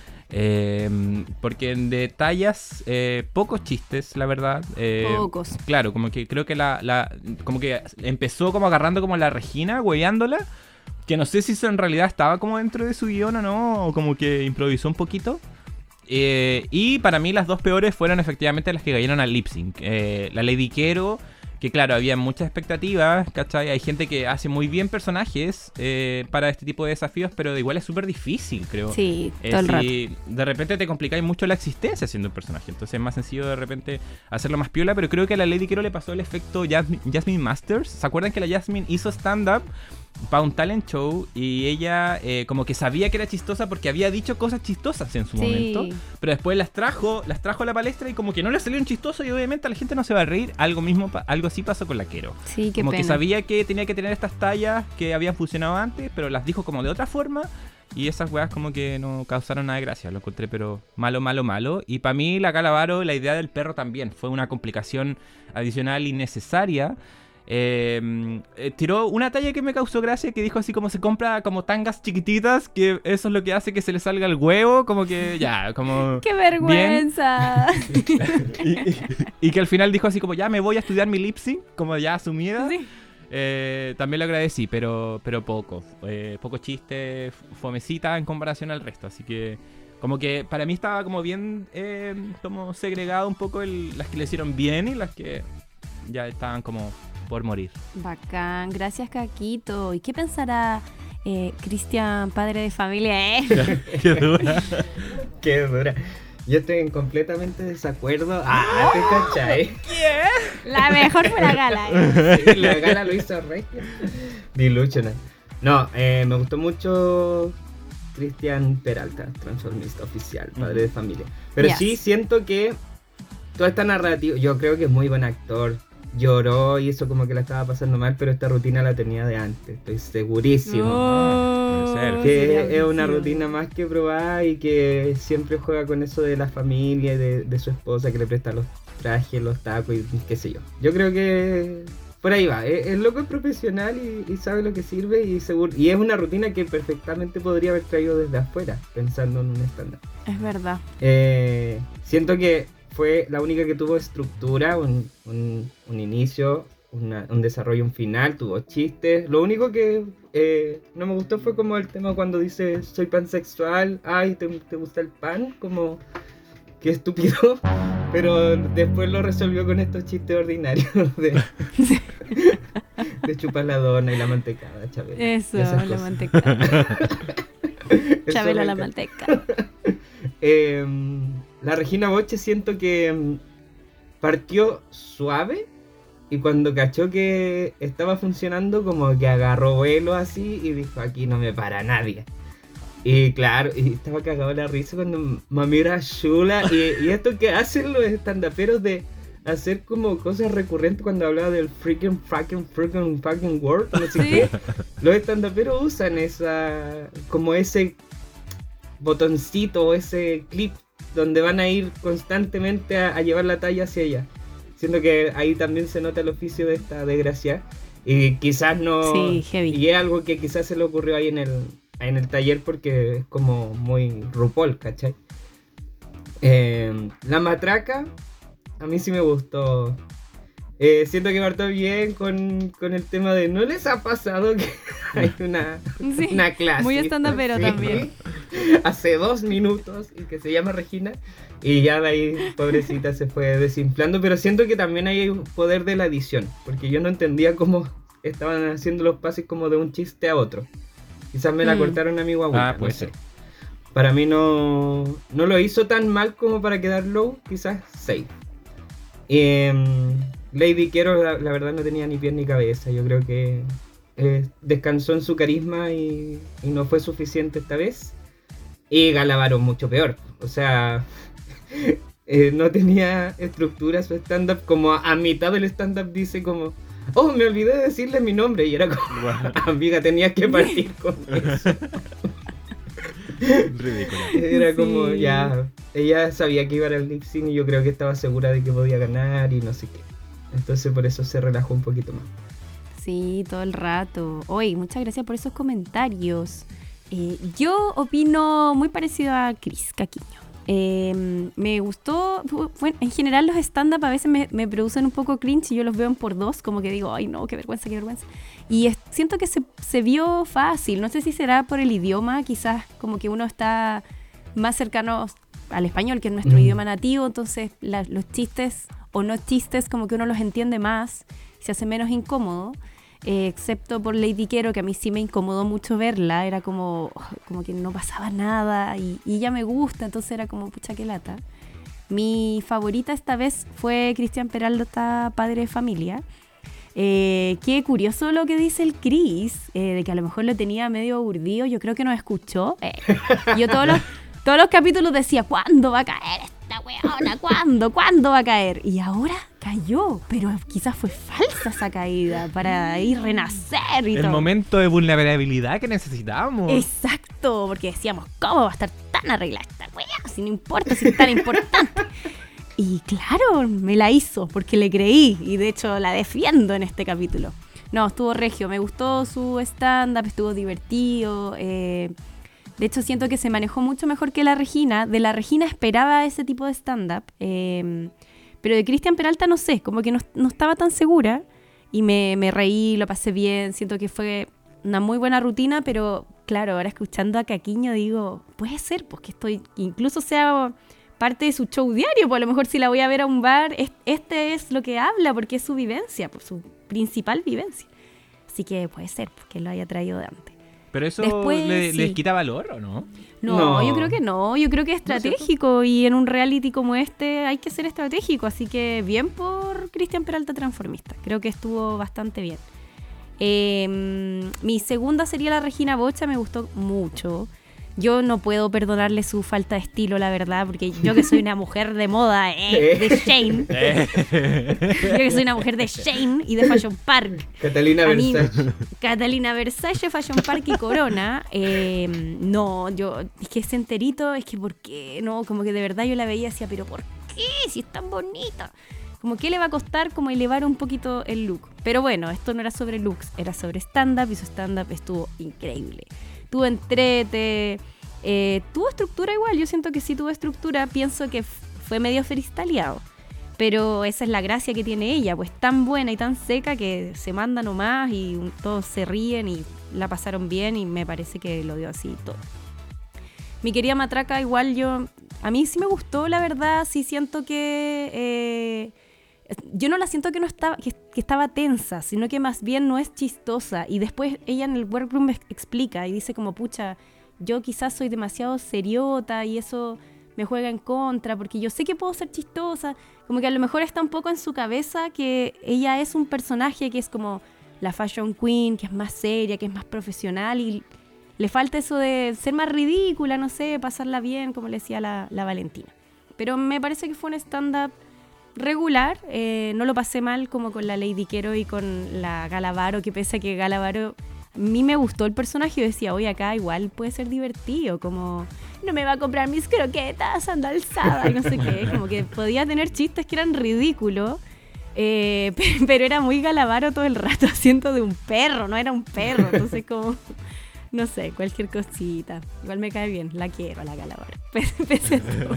Eh, porque de tallas eh, pocos chistes, la verdad. Eh, pocos. Claro, como que creo que la, la como que empezó como agarrando como a la Regina, hueveándola, que no sé si eso en realidad estaba como dentro de su guión o no, o como que improvisó un poquito. Eh, y para mí las dos peores fueron efectivamente las que cayeron al lip sync. Eh, la Lady Quero, que claro, había muchas expectativas, ¿cachai? Hay gente que hace muy bien personajes eh, para este tipo de desafíos, pero de igual es súper difícil, creo. Sí, eh, todo el rato. Si de repente te complicáis mucho la existencia haciendo un personaje, entonces es más sencillo de repente hacerlo más piola, pero creo que a la Lady Quero le pasó el efecto Jasmine, Jasmine Masters. ¿Se acuerdan que la Jasmine hizo stand-up para un talent show y ella eh, como que sabía que era chistosa porque había dicho cosas chistosas en su sí. momento, pero después las trajo las trajo a la palestra y como que no le salieron chistosos y obviamente a la gente no se va a reír. Algo mismo, algo así pasó con la Quero. Sí, qué como pena. Que sabía que tenía que tener estas tallas que habían funcionado antes, pero las dijo como de otra forma y esas weas como que no causaron nada de gracia. Lo encontré pero malo, malo, malo. Y para mí la Calavaro, la idea del perro también fue una complicación adicional innecesaria. Eh, eh, tiró una talla que me causó gracia, que dijo así como se compra como tangas chiquititas, que eso es lo que hace que se le salga el huevo, como que ya, como ¡qué vergüenza! y, y, y que al final dijo así como ya me voy a estudiar mi lip sync, como ya asumida. Sí. Eh, también lo agradecí, pero, pero poco, eh, poco chiste, fomecita en comparación al resto, así que como que para mí estaba como bien eh, como segregado un poco el, las que le hicieron bien y las que ya estaban como por morir. Bacán, gracias Caquito. ¿Y qué pensará eh, Cristian, padre de familia? Eh? Qué dura. Qué dura. Yo estoy en completamente desacuerdo. Ah, ¿te cachai? ¿Qué? La mejor fue la gala. ¿eh? Sí, la gala lo hizo regio. Delusional. No, eh, me gustó mucho Cristian Peralta, transformista oficial, padre de familia. Pero Yes. sí siento que toda esta narrativa, yo creo que es muy buen actor. Lloró y eso como que la estaba pasando mal, pero esta rutina la tenía de antes, estoy segurísimo. Oh, puede ser. sería Que es una brígido. rutina más que probada y que siempre juega con eso de la familia y de, de su esposa que le presta los trajes, los tacos y qué sé yo. Yo creo que por ahí va. El, el loco es profesional y, y sabe lo que sirve y seguro, y es una rutina que perfectamente podría haber traído desde afuera, pensando en un estándar. Es verdad. Eh, siento que fue la única que tuvo estructura, un, un, un inicio, una, un desarrollo, un final, tuvo chistes. Lo único que eh, no me gustó fue como el tema cuando dice soy pansexual, ay, ¿te, te gusta el pan? Como, qué estúpido. Pero después lo resolvió con estos chistes ordinarios de, de chupar la dona y la mantecada, Chabela. Eso, y esas la cosas. manteca. Eso Chabela me la encanta. manteca. Eh, la Regina Boche siento que mm, partió suave y cuando cachó que estaba funcionando como que agarró vuelo así y dijo aquí no me para nadie. Y claro, y estaba cagado la risa cuando Mamira Shula y, y esto que hacen los estandaperos de hacer como cosas recurrentes cuando hablaba del freaking, fucking, freaking, fucking word, no sé ¿Sí? qué. Los estandaperos usan esa, como ese botoncito o ese clip donde van a ir constantemente a, a llevar la talla hacia ella. Siento que ahí también se nota el oficio de esta desgracia. Y quizás no... Sí, heavy. Y es algo que quizás se le ocurrió ahí en el, en el taller porque es como muy RuPaul, ¿cachai? Eh, la matraca, a mí sí me gustó. Eh, siento que partió bien con, con el tema de ¿no les ha pasado que hay una, Sí, una clase? muy estandapero Sí, también. hace dos minutos y que se llama Regina y ya de ahí pobrecita se fue desinflando, pero siento que también hay un poder de la edición porque yo no entendía cómo estaban haciendo los pases como de un chiste a otro. Quizás me la Mm. cortaron a mi guaguita, Ah, no puede sé. ser. Para mí no, no lo hizo tan mal como para quedar low, quizás safe. Eh, Lady Quero la, la verdad no tenía ni pies ni cabeza, yo creo que eh, descansó en su carisma y, y no fue suficiente esta vez. Y Galavaro mucho peor, o sea, eh, no tenía estructura su stand-up, como a, a mitad del stand-up dice como, oh, me olvidé de decirle mi nombre, y era como, amiga, tenías que partir con eso. Ridículo. Era como, Sí. ya, ella sabía que iba al lip sync y yo creo que estaba segura de que podía ganar y no sé qué. Entonces por eso se relajó un poquito más. Sí, todo el rato. Oye, muchas gracias por esos comentarios. Eh, yo opino muy parecido a Cris Caquiño. Eh, me gustó, bueno, en general los stand-up a veces me, me producen un poco cringe y yo los veo en por dos, como que digo, ay no, qué vergüenza, qué vergüenza. Y es- siento que se, se vio fácil, no sé si será por el idioma, quizás como que uno está más cercano al español, que es nuestro Mm. idioma nativo, entonces la- los chistes o no chistes como que uno los entiende más, se hace menos incómodo. Eh, excepto por Lady Quero, que a mí sí me incomodó mucho verla, era como, como que no pasaba nada y, y ella me gusta, entonces era como pucha que lata. Mi favorita esta vez fue Cristian Peralta, padre de familia. Eh, qué curioso lo que dice el Chris, eh, de que a lo mejor lo tenía medio urdido, yo creo que nos escuchó. Eh, yo todos los, todos los capítulos decía, ¿cuándo va a caer esta weona? ¿Cuándo? ¿Cuándo va a caer? Y ahora cayó, pero quizás fue falsa esa caída para ir renacer y El todo. momento de vulnerabilidad que necesitamos. Exacto, porque decíamos, ¿cómo va a estar tan arreglada esta weá? Si no importa, si es tan importante. Y claro, me la hizo porque le creí y de hecho la defiendo en este capítulo. No, estuvo regio, me gustó su stand-up, estuvo divertido. eh, de hecho siento que se manejó mucho mejor que la Regina. De la Regina esperaba ese tipo de stand-up, eh, pero de Cristian Peralta no sé, como que no, no estaba tan segura y me, me reí, lo pasé bien, siento que fue una muy buena rutina, pero claro, ahora escuchando a Caquiño digo, puede ser, pues que estoy, incluso sea parte de su show diario, pues a lo mejor si la voy a ver a un bar, es- este es lo que habla, porque es su vivencia, pues su principal vivencia. Así que puede ser, pues, que lo haya traído de antes. Pero eso Después, le, sí. les quita valor, ¿o no? No, No. yo creo que no, yo creo que es estratégico y en un reality como este hay que ser estratégico, así que bien por Cristian Peralta transformista, creo que estuvo bastante bien. Eh, mi segunda sería la Regina Bocha, me gustó mucho. Yo no puedo perdonarle su falta de estilo, la verdad, porque yo que soy una mujer de moda, eh, de Shane, yo que soy una mujer de Shane y de Fashion Park. Catalina A mí, Versace. Catalina Versace, Fashion Park y Corona. eh, no, yo, es que ese enterito, es que ¿por qué? No, como que de verdad yo la veía y decía, pero ¿por qué? Si es tan bonita. Como que le va a costar como elevar un poquito el look. Pero bueno, esto no era sobre looks, era sobre stand-up y su stand-up estuvo increíble. Tuvo entrete, eh, tuvo estructura igual, yo siento que sí tuvo estructura, pienso que f- fue medio freestyleado. Pero esa es la gracia que tiene ella, pues tan buena y tan seca que se manda nomás y un- todos se ríen y la pasaron bien y me parece que lo dio así todo. Mi querida Matraca, igual yo, a mí sí me gustó, la verdad, sí siento que, eh, yo no la siento que no estaba, que, que estaba tensa, sino que más bien no es chistosa. Y después ella en el workroom ex- explica y dice como, pucha, yo quizás soy demasiado seriota y eso me juega en contra, porque yo sé que puedo ser chistosa, como que a lo mejor está un poco en su cabeza que ella es un personaje que es como la fashion queen, que es más seria, que es más profesional y le falta eso de ser más ridícula, no sé, pasarla bien, como le decía la, la Valentina. Pero me parece que fue un stand-up regular, eh, no lo pasé mal como con la Lady Quero y con la Galavaro, que pese a que Galavaro, a mí me gustó el personaje, yo decía, oye, acá igual puede ser divertido, como no me va a comprar mis croquetas, anda alzada y no sé qué, como que podía tener chistes que eran ridículos, eh, pero era muy Galavaro todo el rato, haciendo de un perro, no era un perro, entonces como... No sé, cualquier cosita. Igual me cae bien, la quiero, la Galavaro. Pese a todo.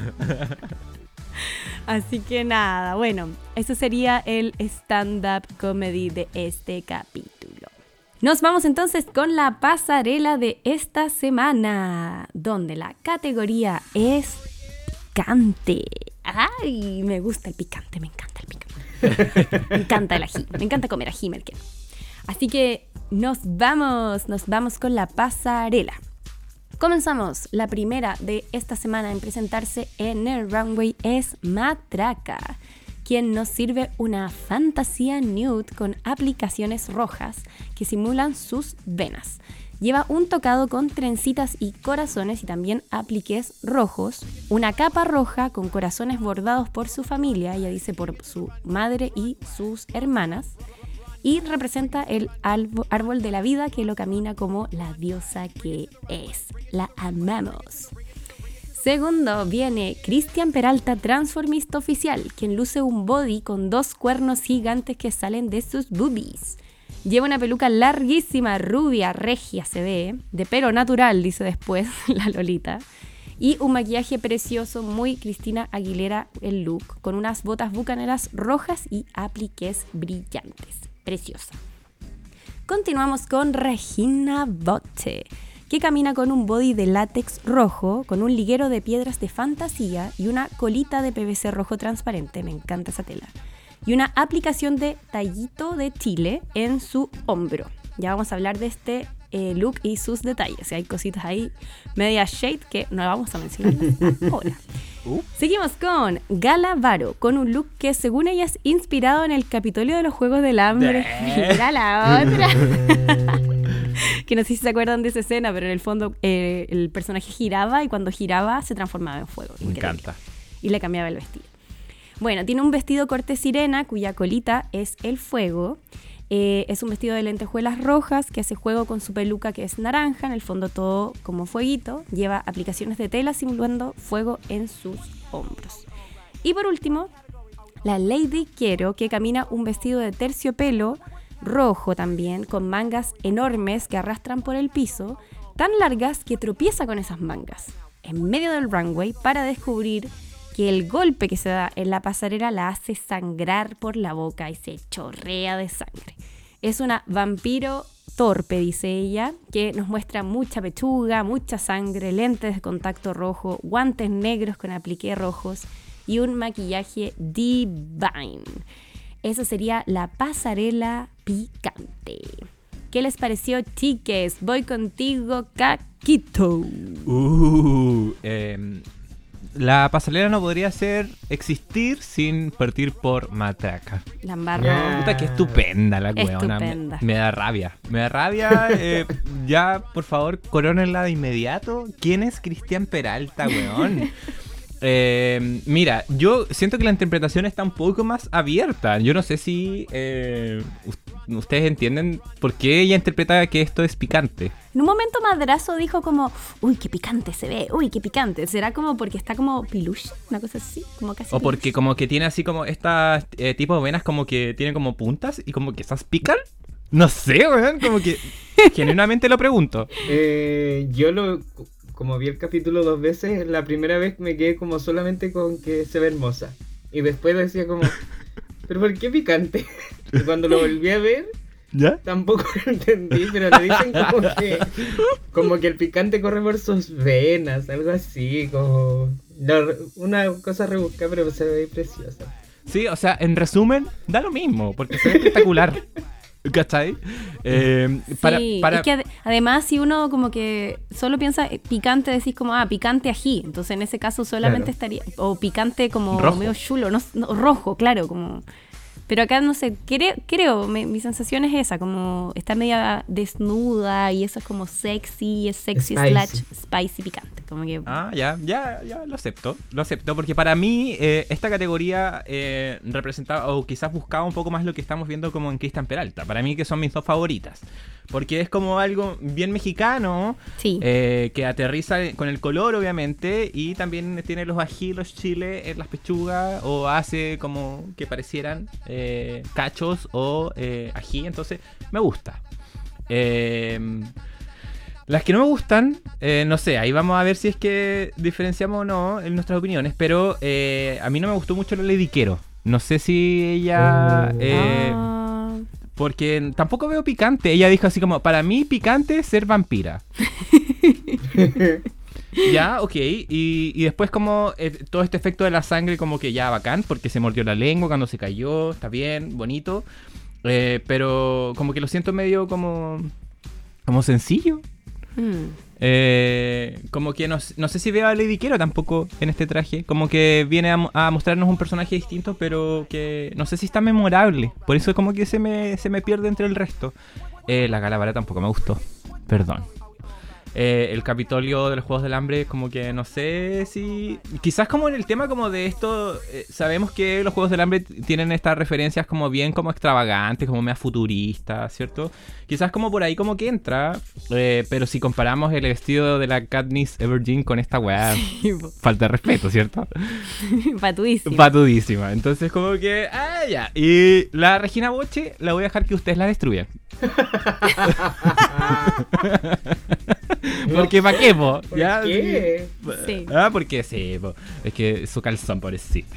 Así que nada, bueno, eso sería el stand-up comedy de este capítulo. Nos vamos entonces con la pasarela de esta semana, donde la categoría es picante. ¡Ay! Me gusta el picante, me encanta el picante. Me encanta el ají, me encanta comer ají, Merkel. Así que nos vamos, nos vamos con la pasarela. Comenzamos. La primera de esta semana en presentarse en el runway es Matraca, quien nos sirve una fantasía nude con aplicaciones rojas que simulan sus venas. Lleva un tocado con trencitas y corazones y también apliques rojos, una capa roja con corazones bordados por su familia, ella dice por su madre y sus hermanas, y representa el árbol de la vida que lo camina como la diosa que es. La amamos. Segundo viene Cristian Peralta, transformista oficial, quien luce un body con dos cuernos gigantes que salen de sus boobies. Lleva una peluca larguísima, rubia, regia se ve, de pelo natural, dice después la Lolita, y un maquillaje precioso, muy Cristina Aguilera el look, con unas botas bucaneras rojas y apliques brillantes. Preciosa. Continuamos con Regina Boche, que camina con un body de látex rojo, con un liguero de piedras de fantasía y una colita de P V C rojo transparente, me encanta esa tela, y una aplicación de tallito de Chile en su hombro. Ya vamos a hablar de este eh, look y sus detalles, y hay cositas ahí media shade que no vamos a mencionar ahora. Uh. Seguimos con Galavaro, con un look que según ella es inspirado en el Capitolio de los Juegos del Hambre. Mira la otra. Que no sé si se acuerdan de esa escena, pero en el fondo eh, el personaje giraba y cuando giraba se transformaba en fuego. Me Increíble. encanta. Y le cambiaba el vestido. Bueno, tiene un vestido corte sirena cuya colita es el fuego. Eh, es un vestido de lentejuelas rojas que hace juego con su peluca que es naranja, en el fondo todo como fueguito. Lleva aplicaciones de tela simulando fuego en sus hombros. Y por último, la Lady Quero, que camina un vestido de terciopelo rojo también, con mangas enormes que arrastran por el piso, tan largas que tropieza con esas mangas en medio del runway para descubrir que el golpe que se da en la pasarela la hace sangrar por la boca y se chorrea de sangre. Es una vampiro torpe, dice ella, que nos muestra mucha pechuga, mucha sangre, lentes de contacto rojo, guantes negros con apliqué rojos y un maquillaje divine. Esa sería la pasarela picante. ¿Qué les pareció, chiques? Voy contigo, Caquito. Uh, eh, la pasarela no podría ser existir sin partir por Matraca. La embarró. Ya. Puta, que estupenda la weona. Me, Estupenda. me da rabia. Me da rabia. eh, ya, por favor, corónenla de inmediato. ¿Quién es Cristian Peralta, weón? Eh, mira, yo siento que la interpretación está un poco más abierta. Yo no sé si eh, u- ustedes entienden por qué ella interpreta que esto es picante. En un momento Madrazo dijo como, uy, qué picante se ve, uy, qué picante. ¿Será como porque está como piluche? Una cosa así, como casi O porque peluche. como que tiene así como estas eh, tipo de venas como que tienen como puntas y como que esas pican. No sé, weón, como que genuinamente lo pregunto. Eh, yo lo, como vi el capítulo dos veces, la primera vez me quedé como solamente con que se ve hermosa. Y después decía como, ¿pero por qué picante? Y cuando lo volví a ver, ¿Ya? tampoco lo entendí, pero le dicen como que, como que el picante corre por sus venas, algo así, como no, una cosa rebuscada, pero se ve preciosa. Sí, o sea, en resumen, da lo mismo, porque se ve espectacular. ¿Cachai? Eh, para, Sí, para... es que ade- además si uno como que solo piensa eh, picante, decís como, ah, picante ají. Entonces en ese caso solamente Claro. estaría, o picante como Rojo. medio chulo, no, no, rojo, claro, como... Pero acá no sé, creo, creo me- mi sensación es esa, como está media desnuda y eso es como sexy, es sexy Spicy. slash spicy picante. Como que Ah, ya, ya, ya, lo acepto, lo acepto, porque para mí eh, esta categoría eh, representaba, o quizás buscaba un poco más lo que estamos viendo como en Cristian Peralta, para mí que son mis dos favoritas, porque es como algo bien mexicano, sí. eh, que aterriza con el color obviamente, y también tiene los ají, los chiles en las pechugas, o hace como que parecieran eh, cachos o eh, ají, entonces me gusta. Eh... Las que no me gustan, eh, no sé, ahí vamos a ver si es que diferenciamos o no en nuestras opiniones, pero eh, a mí no me gustó mucho la Lady Quero. No sé si ella... Oh. eh, Ah, porque tampoco veo picante. Ella dijo así como, para mí picante es ser vampira. Ya, ok. Y, y después como eh, todo este efecto de la sangre como que ya bacán, porque se mordió la lengua cuando se cayó, está bien, bonito. Eh, pero como que lo siento medio como... como sencillo. mm. Eh, como que no, no sé si veo a Lady Quero tampoco en este traje. Como que viene a, a mostrarnos un personaje distinto, pero que no sé si está memorable. Por eso como que se me, se me pierde entre el resto. Eh, la Calavera tampoco me gustó. Perdón. Eh, el Capitolio de los Juegos del Hambre, como que no sé si... Quizás como en el tema como de esto, eh, sabemos que los Juegos del Hambre t- tienen estas referencias como bien como extravagantes, como medio futuristas, ¿cierto? Quizás como por ahí como que entra, eh, pero si comparamos el vestido de la Katniss Everdeen con esta weá, falta de respeto, ¿cierto? Patudísimo. Patudísima. Entonces como que... Ah, ya. Y la Regina Boche la voy a dejar que ustedes la destruyan. Porque pa' qué, po. ¿Por ¿Ya? qué? Sí. Ah, porque sí, po. Es que su calzón, pobrecita.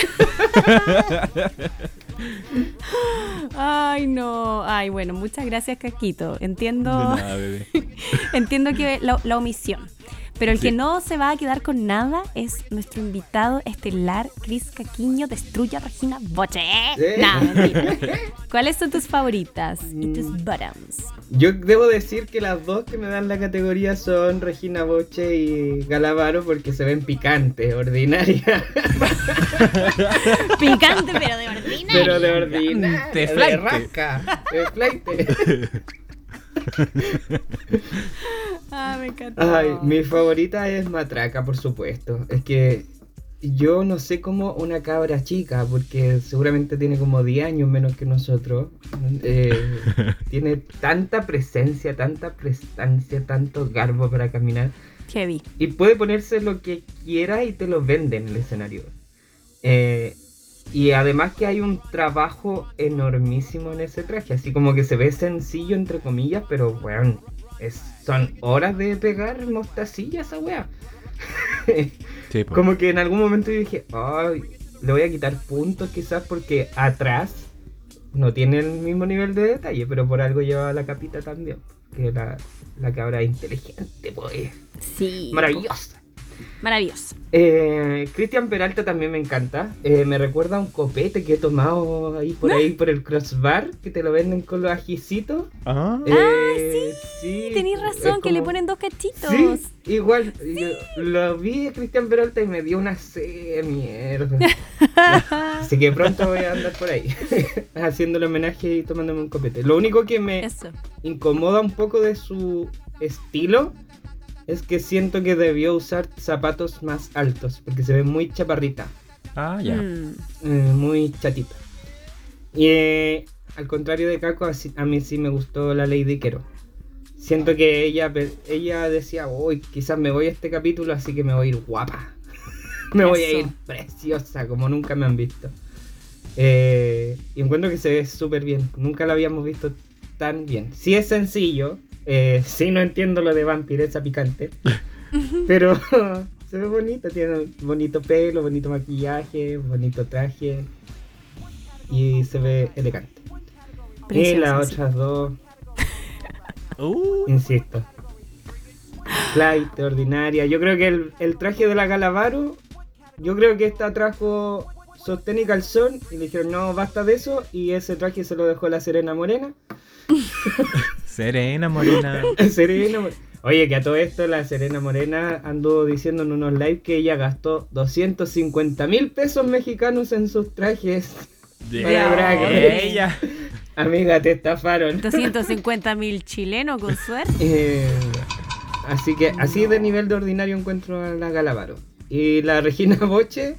Ay, no. Ay, bueno, muchas gracias, Caquito. Entiendo, De nada, bebé. entiendo que la, la omisión. Pero el Sí. que no se va a quedar con nada es nuestro invitado estelar, Chris Caquiño, Destruya Regina Boche. ¿Sí? No, mentira. ¿Cuáles son tus favoritas y tus Mm. bottoms? Yo debo decir que las dos que me dan la categoría son Regina Boche y Galavaro porque se ven picantes, ordinarias. Picante, pero de ordinario. Pero de ordinaria, De de flaite. rasca, de flaite. Ah, me encantó. Ay, mi favorita es Matraca, por supuesto. Es que yo no sé cómo una cabra chica, porque seguramente tiene como diez años menos que nosotros, eh, tiene tanta presencia, tanta prestancia, tanto garbo para caminar. Heavy. Y puede ponerse lo que quiera y te lo vende en el escenario. Eh, y además que hay un trabajo enormísimo en ese traje, así como que se ve sencillo entre comillas, pero bueno, es, son horas de pegar mostacilla esa wea. Sí, po. Como que en algún momento yo dije, ay, le voy a quitar puntos quizás porque atrás no tiene el mismo nivel de detalle, pero por algo llevaba la capita también, que la, la cabra inteligente, pues, Sí. maravillosa. Maravilloso. Eh, Cristian Peralta también me encanta. Eh, me recuerda a un copete que he tomado ahí por ahí por el crossbar, que te lo venden con los ajicitos. Ah. Eh, Ah, sí. Tenés razón, es que le como- ponen dos cachitos. Sí, igual. Yo lo vi a Cristian Peralta y me dio una sed de mierda. Así que pronto voy a andar por ahí haciéndole homenaje y tomándome un copete. Lo único que me Eso. incomoda un poco de su estilo es que siento que debió usar zapatos más altos porque se ve muy chaparrita, Ah, ya. Mm. eh, muy chatita. Y eh, al contrario de Kako, así- a mí sí me gustó la Lady Quero. Siento que ella pe- ella decía, uy, quizás me voy a este capítulo, así que me voy a ir guapa. Me voy a Eso. ir preciosa, como nunca me han visto. Eh, y encuentro que se ve súper bien. Nunca la habíamos visto tan bien. Sí es sencillo. Eh, sí no entiendo lo de vampiresa picante. Pero se ve bonito. Tiene bonito pelo, bonito maquillaje, bonito traje. Y se ve elegante. Y Preciosa, las sí. otras dos, Uh, insisto. Flight, ordinaria. Yo creo que el, el traje de la Galavaro, yo creo que esta trajo sostén y calzón y le dijeron no, basta de eso, y ese traje se lo dejó la Serena Morena. Serena Morena. Serena Mo- Oye, que a todo esto la Serena Morena anduvo diciendo en unos live que ella gastó doscientos cincuenta mil pesos mexicanos en sus trajes. Para Drag Race. Ella. Amiga, te estafaron. doscientos cincuenta mil chilenos con suerte. Eh, así que así de nivel de ordinario encuentro a la Galavaro. Y la Regina Boche,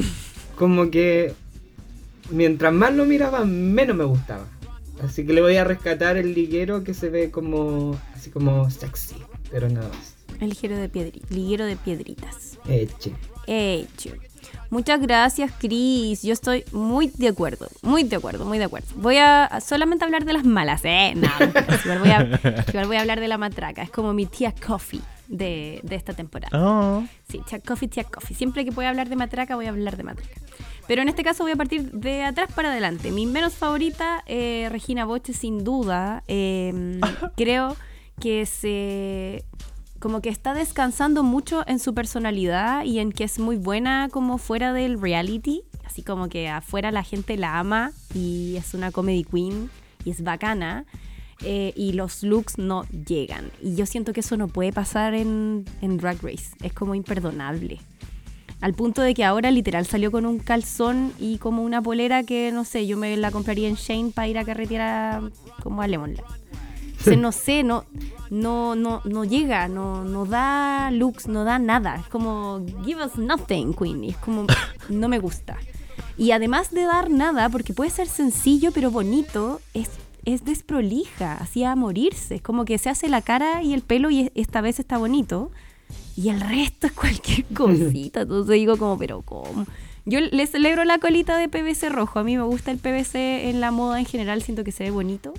como que mientras más lo miraba, menos me gustaba. Así que le voy a rescatar el liguero que se ve como así como sexy, pero nada más. El ligero de, piedri liguero de piedritas. Eche. Hecho. Muchas gracias, Cris. Yo estoy muy de acuerdo, muy de acuerdo, muy de acuerdo. Voy a solamente hablar de las malas, ¿eh? No, igual voy a, igual voy a hablar de la matraca. Es como mi tía Coffee de, de esta temporada. Oh. Sí, tía Coffee, tía Coffee. Siempre que pueda hablar de matraca, voy a hablar de matraca. Pero en este caso voy a partir de atrás para adelante. Mi menos favorita, eh, Regina Boche, sin duda. Eh, creo que se... como que está descansando mucho en su personalidad y en que es muy buena como fuera del reality, así como que afuera la gente la ama y es una comedy queen y es bacana, eh, y los looks no llegan. Y yo siento que eso no puede pasar en, en Drag Race, es como imperdonable. Al punto de que ahora literal salió con un calzón y como una polera que, no sé, yo me la compraría en Shane para ir a carretear a- como a Lemonland. Entonces, no sé, no, no, no, no llega, no, no da looks, no da nada. Es como, give us nothing, Queen. Y es como, no me gusta. Y además de dar nada, porque puede ser sencillo pero bonito, es, es desprolija, así a morirse. Es como que se hace la cara y el pelo y esta vez está bonito. Y el resto es cualquier cosita. Entonces digo como, pero ¿cómo? Yo le celebro la colita de P V C rojo. A mí me gusta el P V C en la moda en general, siento que se ve bonito.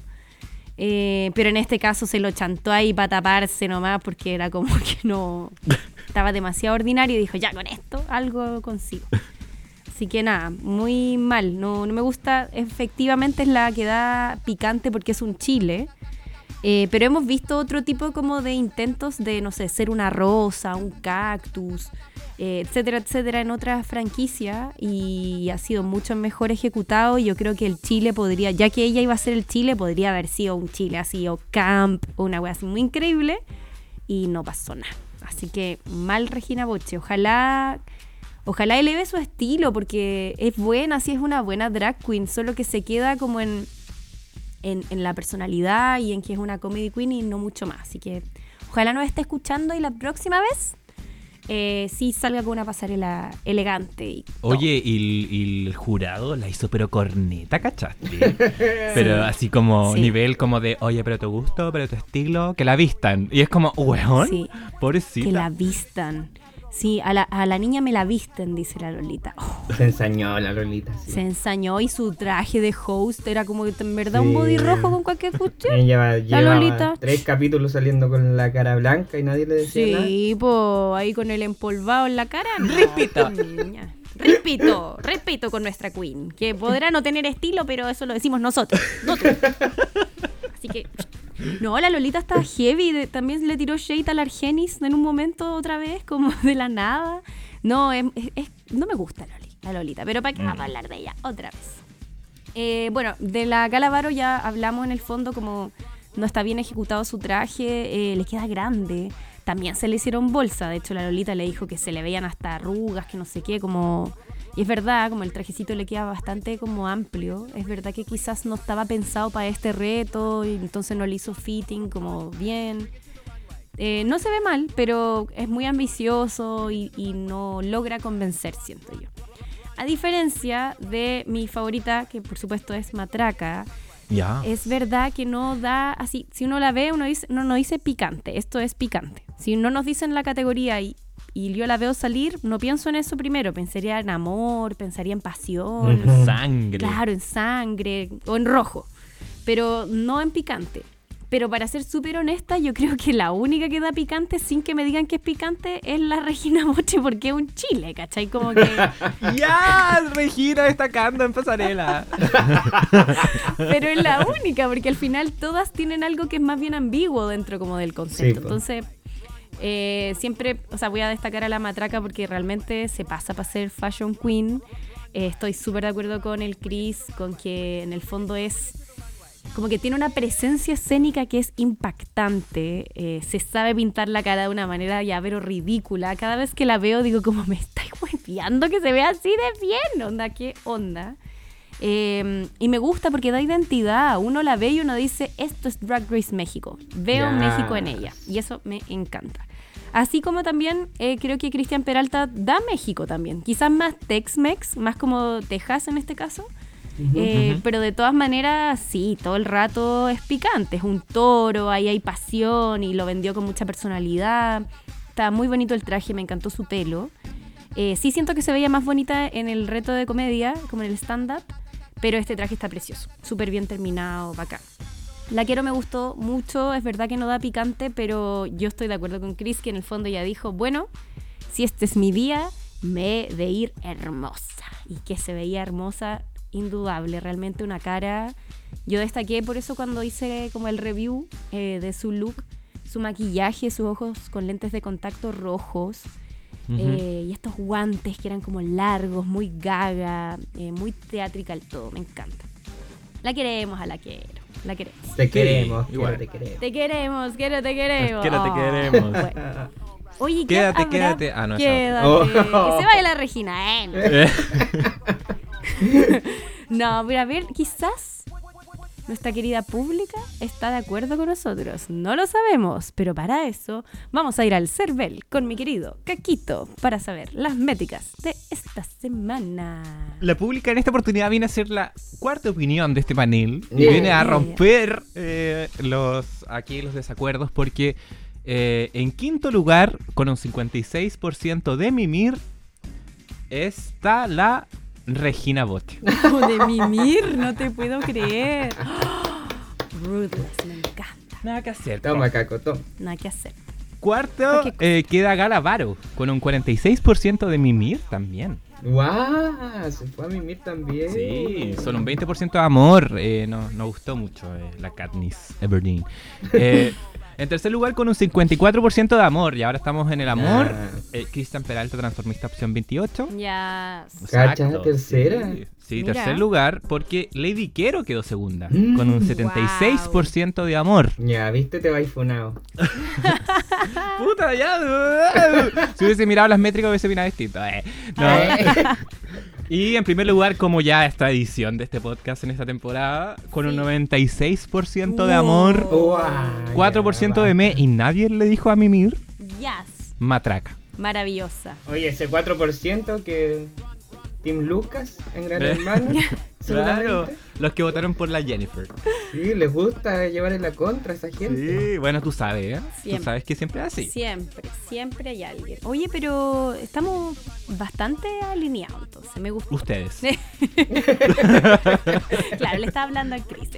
Eh, pero en este caso se lo chantó ahí para taparse nomás porque era como que no... Estaba demasiado ordinario y dijo, ya con esto algo consigo. Así que nada, muy mal. No, no me gusta. Efectivamente es la que da picante porque es un chile. Eh, pero hemos visto otro tipo como de intentos de, no sé, ser una rosa, un cactus, eh, etcétera, etcétera, en otras franquicias y ha sido mucho mejor ejecutado. Y yo creo que el chile podría, ya que ella iba a ser el chile, podría haber sido un chile así o camp o una wea así muy increíble y no pasó nada. Así que mal Regina Boche. Ojalá, ojalá eleve su estilo porque es buena, sí es una buena drag queen, solo que se queda como en... En, en la personalidad y en que es una comedy queen y no mucho más. Así que ojalá nos esté escuchando y la próxima vez eh, sí salga con una pasarela elegante. Y todo. Oye, y, y el jurado la hizo pero corneta, ¿cachaste? Pero así como Sí. nivel como de, oye, pero tu gusto, pero tu estilo, que la vistan. Y es como, weón, Sí. pobrecita. Que la vistan. Sí, a la, a la niña me la visten, dice la Lolita. Oh, Se ensañó la Lolita. Sí. se ensañó y su traje de host era como que en verdad Sí. un body rojo con cualquier cuestión. Ella llevaba Lolita. tres capítulos saliendo con la cara blanca y nadie le decía nada. Sí, po, ahí con el empolvado en la cara. Repito. Niña. Repito, repito con nuestra queen, que podrá no tener estilo, pero eso lo decimos nosotros. nosotros. Así que No, la Lolita está heavy. De, también le tiró shade a la Argenis en un momento otra vez, como de la nada. No, es, es, es, no me gusta Loli, la Lolita, pero ¿para qué vamos a hablar de ella otra vez? Eh, bueno, de la Gala Varo ya hablamos en el fondo, como no está bien ejecutado su traje, eh, le queda grande. También se le hicieron bolsa. De hecho, la Lolita le dijo que se le veían hasta arrugas, que no sé qué, como... Y es verdad, como el trajecito le queda bastante como amplio. Es verdad que quizás no estaba pensado para este reto y entonces no le hizo fitting como bien. Eh, no se ve mal, pero es muy ambicioso y, y no logra convencer, siento yo. A diferencia de mi favorita, que por supuesto es Matraca, Ya. es verdad que no da así. Si uno la ve, uno dice, no, no dice picante. Esto es picante. Si no nos dicen la categoría y, y yo la veo salir, no pienso en eso primero. Pensaría en amor, pensaría en pasión. Uh-huh. Sangre. Claro, en sangre o en rojo. Pero no en picante. Pero para ser súper honesta, yo creo que la única que da picante sin que me digan que es picante es la Regina Boche, porque es un chile, ¿cachai? Como que... ¡Ya! Regina destacando en pasarela. Pero es la única, porque al final todas tienen algo que es más bien ambiguo dentro como del concepto. Sí, Entonces, eh, siempre, o sea, voy a destacar a la Matraca porque realmente se pasa para ser fashion queen. Eh, estoy súper de acuerdo con el Chris, con que en el fondo es... como que tiene una presencia escénica que es impactante, eh, se sabe pintar la cara de una manera ya pero ridícula. Cada vez que la veo digo como me estáis hueveando que se ve así de bien, onda, qué onda. Eh, y me gusta porque da identidad, uno la ve y uno dice esto es Drag Race México, veo Yes. México en ella y eso me encanta. Así como también eh, creo que Cristian Peralta da México también, quizás más Tex-Mex, más como Texas en este caso. Eh, uh-huh. Pero de todas maneras, sí, todo el rato es picante, es un toro, ahí hay pasión y lo vendió con mucha personalidad. Está muy bonito el traje, me encantó su pelo. Eh, sí siento que se veía más bonita en el reto de comedia, como en el stand-up, pero este traje está precioso, súper bien terminado, bacán. La Quiero me gustó mucho, es verdad que no da picante, pero yo estoy de acuerdo con Chris, que en el fondo ya dijo, bueno, si este es mi día, me he de ir hermosa. Y que se veía hermosa, indudable, realmente una cara. Yo destaqué por eso cuando hice como el review eh, de su look, su maquillaje, sus ojos con lentes de contacto rojos, uh-huh. eh, y estos guantes que eran como largos, muy gaga, eh, muy teatrical todo, me encanta. La queremos a la Quiero, la queremos. Te queremos, sí, quiero, te queremos. Te queremos, quiero, te queremos. Quiero, te queremos. Oh, bueno. Oye, ¿qué quédate, habrá? quédate. Ah, no, quédate. Oh. Que se vaya la Regina, ¿eh? No, pero a ver, quizás nuestra querida pública está de acuerdo con nosotros. No lo sabemos, pero para eso vamos a ir al Cervel con mi querido Caquito para saber las métricas de esta semana. La pública en esta oportunidad viene a ser la cuarta opinión de este panel y Yeah. viene a romper eh, los aquí los desacuerdos porque eh, en quinto lugar, con un cincuenta y seis por ciento de Mimir, está la Regina Boche. Oh, de mimir, no te puedo creer. Ruthless, me encanta. Nada que hacer. Toma, Caco, toma. Nada que hacer. Cuarto eh, queda Gala Varo, con un cuarenta y seis por ciento de Mimir también. ¡Guau! Se fue a mimir también. Sí, solo un veinte por ciento de amor. Eh, no, no gustó mucho eh, la Katniss Everdeen. Eh, en tercer lugar, con un cincuenta y cuatro por ciento de amor. Y ahora estamos en el amor. Ah. Eh, Cristian Peralta, transformista opción veintiocho. Ya. Cacha, tercera. Sí, sí, Mira. tercer lugar, porque Lady Quero quedó segunda. Mm. Con un setenta y seis por ciento de amor. Ya, viste, te vais funado. ¡Puta, ya! Si hubiese mirado las métricas hubiese opinado distinto. Eh, no. Y en primer lugar, como ya es tradición de este podcast en esta temporada, con un Sí. noventa y seis por ciento de amor, Guau, cuatro por ciento ya, de me, y nadie le dijo a Mimir Yes. Matraca. Maravillosa. Oye, ese cuatro por ciento que Team Lucas en Gran Eh. Hermano. Claro, seguramente. los que votaron por la Jennifer. Sí, les gusta llevar en la contra a esa gente. Sí, bueno, tú sabes, ¿eh? Siempre. Tú sabes que siempre es así. Siempre, siempre hay alguien. Oye, pero estamos bastante alineados, entonces me gusta. Ustedes. Claro, le estaba hablando a Cris.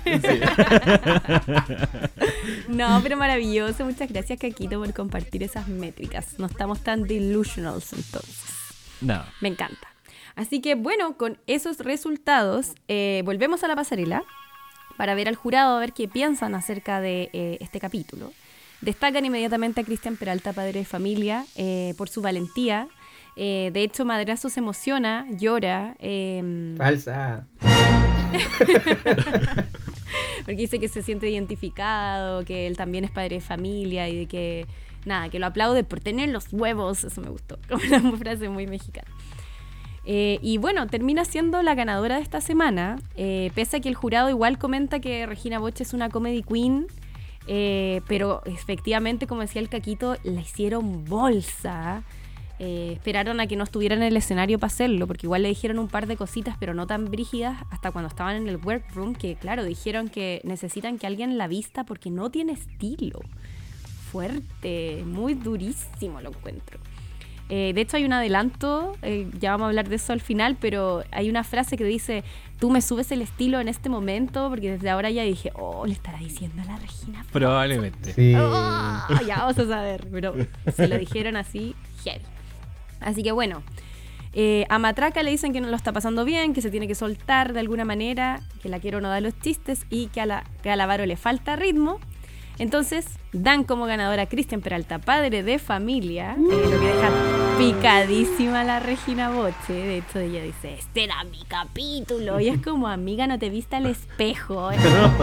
No, pero maravilloso. Muchas gracias, Caquito, por compartir esas métricas. No estamos tan delusionals entonces. No. Me encanta. Así que bueno, con esos resultados, eh, volvemos a la pasarela para ver al jurado, a ver qué piensan acerca de eh, este capítulo. Destacan inmediatamente a Cristian Peralta, padre de familia, eh, por su valentía. Eh, de hecho, Madrazo se emociona, llora. Eh, Falsa. Porque dice que se siente identificado, que él también es padre de familia y de que, nada, que lo aplaude por tener los huevos. Eso me gustó, como una frase muy mexicana. Eh, y bueno, termina siendo la ganadora de esta semana, eh, pese a que el jurado igual comenta que Regina Boche es una comedy queen. Eh, pero efectivamente, como decía el Caquito, la hicieron bolsa. Eh, esperaron a que no estuviera en el escenario para hacerlo, porque igual le dijeron un par de cositas, pero no tan brígidas, hasta cuando estaban en el workroom, que claro, dijeron que necesitan que alguien la vista porque no tiene estilo. Fuerte, muy durísimo lo encuentro. Eh, de hecho hay un adelanto, eh, ya vamos a hablar de eso al final, pero hay una frase que dice: tú me subes el estilo en este momento, porque desde ahora ya dije, oh, le estará diciendo a la Regina. Probablemente. Sí. Oh, ya vamos a saber, pero se lo dijeron así, heavy. Así que bueno, eh, a Matraca le dicen que no lo está pasando bien, que se tiene que soltar de alguna manera, que la quiero no da los chistes y que a la Galavaro le falta ritmo. Entonces dan como ganadora a Cristian Peralta, padre de familia, eh, lo que deja picadísima a la Regina Boche. De hecho ella dice, este era mi capítulo, y es como, amiga, no te viste al espejo.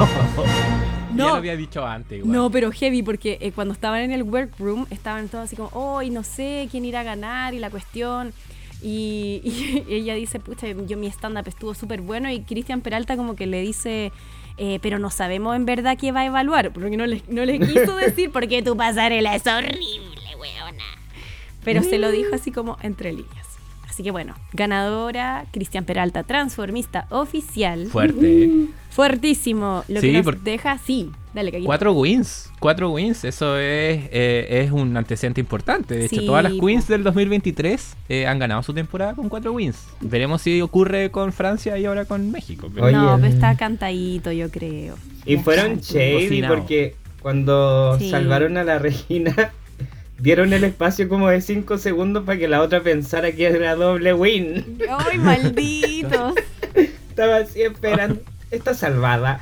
No. Ya lo había dicho antes igual. No, pero heavy, porque eh, cuando estaban en el workroom estaban todos así como, oh, y no sé quién irá a ganar y la cuestión. Y, y ella dice, pucha, yo mi stand-up estuvo súper bueno, y Cristian Peralta como que le dice, eh, pero no sabemos en verdad qué va a evaluar, porque no le, no le quiso decir, porque tu pasarela es horrible, weona. Pero se lo dijo así como entre líneas. Así que bueno, ganadora Cristian Peralta, transformista oficial. Fuerte, ¿eh? Fuertísimo. Lo Sí, que nos por- deja, sí, dale, Caquito. Cuatro wins, cuatro wins, eso es, eh, es un antecedente importante. De hecho, Sí, todas las queens po. del dos mil veintitrés eh, han ganado su temporada con cuatro wins. Veremos si ocurre con Francia y ahora con México. pero- Oye, no, pero eh. está cantadito, yo creo. Y Ya fueron está. shady Cocinado. porque cuando Sí. salvaron a la Regina, dieron el espacio como de cinco segundos para que la otra pensara que era doble win. ¡Ay, malditos! Estaba así esperando. Está salvada.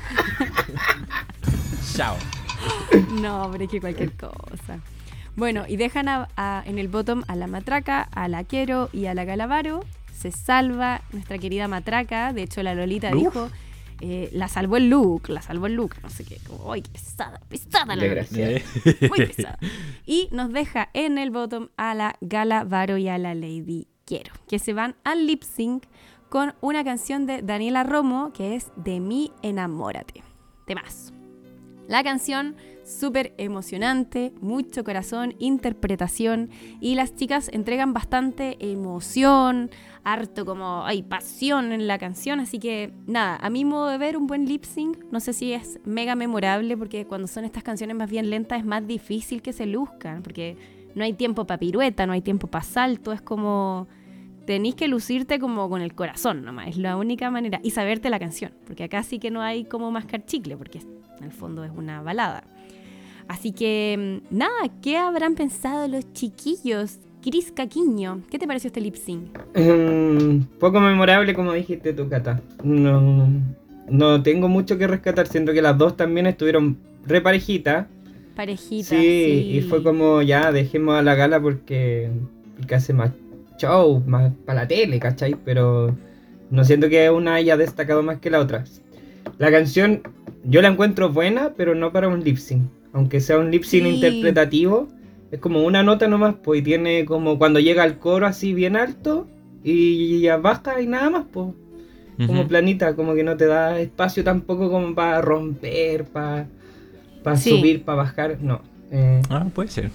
Chao. No, pero es que cualquier cosa. Bueno, y dejan a, a- en el bottom a la Matraca, a la Quero y a la Galavaro. Se salva nuestra querida Matraca. De hecho, la Lolita Uf. dijo, eh, la salvó el look, la salvó el look. No sé qué. Como, ¡ay, qué pesada, pesada la Lolita! Desgraciada. Muy pesada. Y nos deja en el bottom a la Galavaro y a la Lady Quiero, que se van al lip sync con una canción de Daniela Romo que es De mí enamórate. Temazo. La canción súper emocionante, mucho corazón, interpretación, y las chicas entregan bastante emoción, harto como hay pasión en la canción, así que nada, a mi modo de ver un buen lip sync, no sé si es mega memorable, porque cuando son estas canciones más bien lentas es más difícil que se luzcan, porque no hay tiempo para pirueta, no hay tiempo para salto, es como tenés que lucirte como con el corazón nomás, es la única manera, y saberte la canción, porque acá sí que no hay como mascar chicle, porque en el fondo es una balada. Así que, mm, nada, ¿qué habrán pensado los chiquillos? Cris Caquiño, ¿qué te pareció este lip sync? Mm, poco memorable, como dijiste tú, Cata. No, no tengo mucho que rescatar, siento que las dos también estuvieron re parejitas. Parejita. Sí, Sí, y fue como ya dejemos a la Gala porque, porque hace más show, más para la tele, ¿cachai? Pero no siento que una haya destacado más que la otra. La canción yo la encuentro buena, pero no para un lip sync. Aunque sea un lip sync Sí. interpretativo, es como una nota nomás, pues, y tiene como cuando llega al coro así bien alto y ya baja y nada más, pues. Como Ujú. planita, como que no te da espacio tampoco como para romper, para para Sí. subir, para bajar, no. Eh, Ah, puede ser.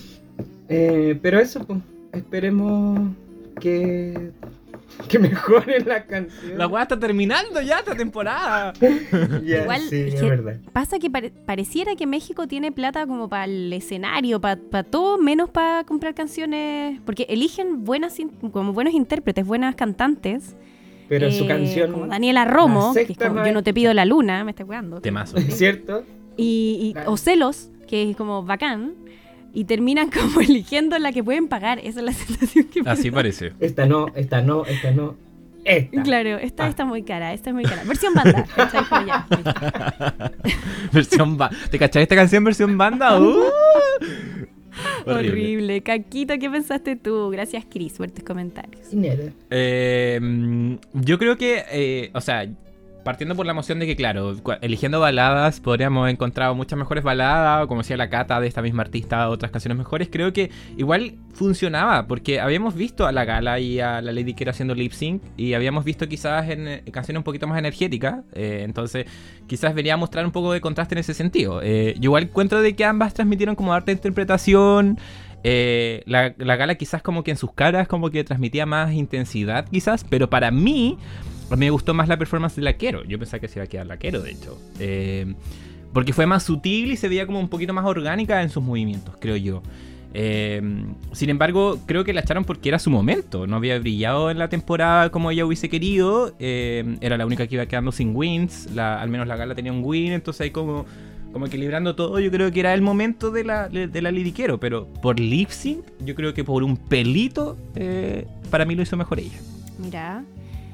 eh, pero eso, pues, esperemos que, que mejore la canción. La weá está terminando ya esta temporada. Ya, Igual, sí, es que- verdad. Pasa que pare- pareciera que México tiene plata como para el escenario, para todo, menos para comprar canciones, porque eligen buenas in- como buenos intérpretes, buenas cantantes. Pero eh, su canción, como Daniela Romo, la que es sexta como más- Yo no te pido la luna, me está jugando. Temazo. ¿cierto? Y, y- Claro. o Celos, que es como bacán, y terminan como eligiendo la que pueden pagar. Esa es la sensación que me Así da. parece. Esta no, esta no, esta no. esta. Claro, esta Ah. está muy cara, esta es muy cara. Versión banda, ¿cachai? Como ya, listo. Versión ba- ¿Te cachai esta canción versión banda? ¡Uh! Horrible. Caquito, ¿qué pensaste tú? Gracias, Chris, por tus comentarios. Dinero. Eh, mm, yo creo que, eh, o sea, partiendo por la emoción de que, claro, cua- eligiendo baladas, podríamos haber encontrado muchas mejores baladas, o como decía la Cata de esta misma artista, otras canciones mejores. Creo que igual funcionaba, porque habíamos visto a la Gala y a la Lady Kero haciendo lip sync, y habíamos visto quizás en eh, canciones un poquito más energéticas, eh, entonces quizás venía a mostrar un poco de contraste en ese sentido. Eh, yo igual encuentro de que ambas transmitieron como arte de interpretación. Eh, la, la Gala quizás como que en sus caras como que transmitía más intensidad quizás, pero para mí a mí me gustó más la performance de la Kero. Yo pensaba que se iba a quedar la Kero, de hecho, eh, porque fue más sutil y se veía como un poquito más orgánica en sus movimientos, creo yo. Eh, sin embargo, creo que la echaron porque era su momento. No había brillado en la temporada como ella hubiese querido. Eh, era la única que iba quedando sin wins. La, al menos la Gala tenía un win, entonces ahí como... Como equilibrando todo, yo creo que era el momento de la, de la liriquero. Pero por lip sync, yo creo que por un pelito, eh, para mí lo hizo mejor ella. Mira,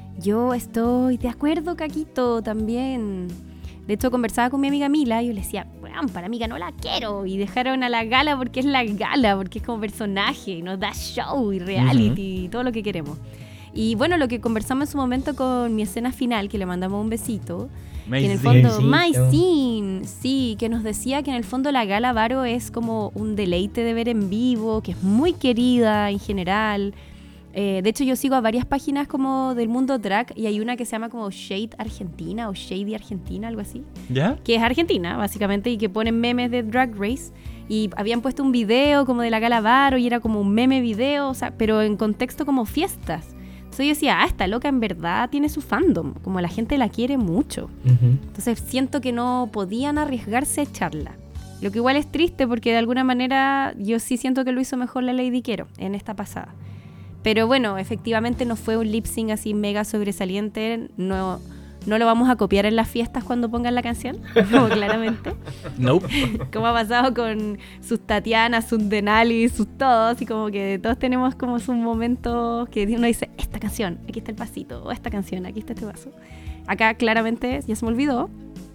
yo estoy de acuerdo, Caquito, también. De hecho, conversaba con mi amiga Mila y yo le decía, bueno, para mí ganó la Kero. Y dejaron a la Gala porque es la Gala, porque es como personaje, nos da show y reality uh-huh. y todo lo que queremos. Y bueno, lo que conversamos en su momento con mi escena final, que le mandamos un besito, que en el fondo, My Scene, sí, que nos decía que en el fondo la Gala Varo es como un deleite de ver en vivo, que es muy querida en general. Eh, de hecho, yo sigo a varias páginas como del mundo drag y hay una que se llama como Shade Argentina o Shady Argentina, algo así. ¿Ya? Que es argentina, básicamente, y que ponen memes de Drag Race. Y habían puesto un video como de la Gala Varo y era como un meme video, o sea, pero en contexto como fiestas. Entonces yo decía, ah, esta loca en verdad tiene su fandom, como la gente la quiere mucho. Uh-huh. Entonces siento que no podían arriesgarse a echarla. Lo que igual es triste porque de alguna manera yo sí siento que lo hizo mejor la Lady Kero en esta pasada. Pero bueno, efectivamente no fue un lip sync así mega sobresaliente, no... No lo vamos a copiar en las fiestas cuando pongan la canción, como claramente. Nope. Como ha pasado con sus Tatianas, sus Denali, sus todos, y como que todos tenemos como sus momentos que uno dice, esta canción, aquí está el pasito, o esta canción, aquí está este vaso. Acá claramente ya se me olvidó,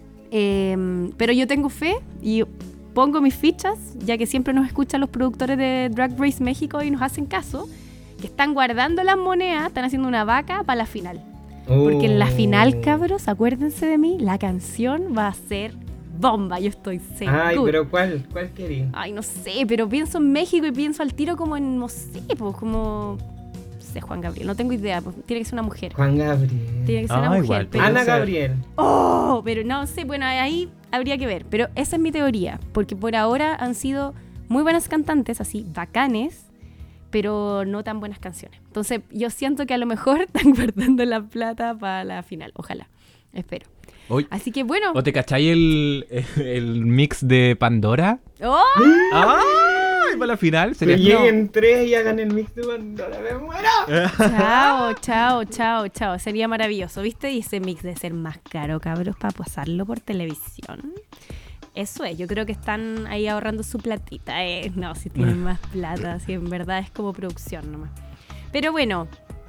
eh, pero yo tengo fe y pongo mis fichas, ya que siempre nos escuchan los productores de Drag Race México y nos hacen caso, que están guardando las monedas, están haciendo una vaca para la final. Porque en la final, cabros, acuérdense de mí, la canción va a ser bomba, yo estoy segura. Ay, pero ¿cuál? ¿Cuál quería? Ay, no sé, pero pienso en México y pienso al tiro como en, no sé, pues como... No sé, Juan Gabriel, no tengo idea, pues tiene que ser una mujer. Juan Gabriel. Tiene que ser ah, una mujer. Igual, pero... Ana Gabriel. Oh, pero no sé, bueno, ahí habría que ver. Pero esa es mi teoría, porque por ahora han sido muy buenas cantantes, así, bacanes, pero no tan buenas canciones. Entonces yo siento que a lo mejor están guardando la plata para la final. Ojalá, espero. Hoy. Así que bueno. ¿O te cachai el, el mix de Pandora? ¡Oh! ¡Ay! Para la final. Que lleguen tres y hagan el mix de Pandora. ¡Me muero! Chao, chao, chao, chao. Sería maravilloso, ¿viste? Y ese mix debe ser más caro, cabros, para pasarlo por televisión. Eso es, yo creo que están ahí ahorrando su platita, eh. No, si tienen más plata, si en verdad es como producción nomás. Pero bueno,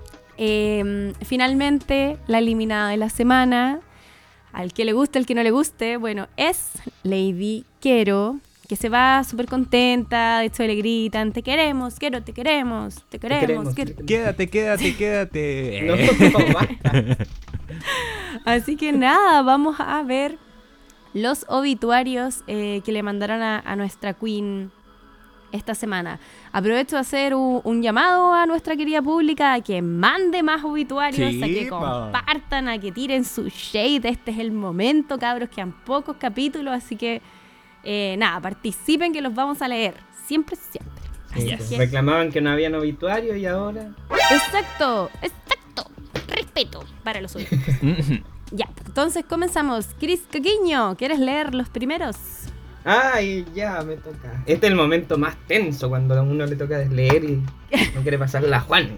eh, finalmente la eliminada de la semana, al que le guste, al que no le guste, bueno, es Lady Kero, que se va súper contenta, de hecho le gritan, te queremos, Kero, te queremos, te queremos, te queremos. Quédate, quédate, quédate. No, no, basta. Así que nada, vamos a ver los obituarios eh, que le mandaron a, a nuestra queen esta semana. Aprovecho de hacer un, un llamado a nuestra querida pública a que mande más obituarios, sí, a que compartan, a que tiren su shade. Este es el momento, cabros, quedan pocos capítulos, así que eh, nada, participen que los vamos a leer. Siempre, siempre. Así yes. que... Reclamaban que no habían obituarios y ahora... Exacto, exacto. Respeto para los obituarios. Ya, entonces comenzamos. Chris Caquiño, ¿quieres leer los primeros? Ay, ya, me toca. Este es el momento más tenso cuando a uno le toca leer y no quiere pasarla a Juan.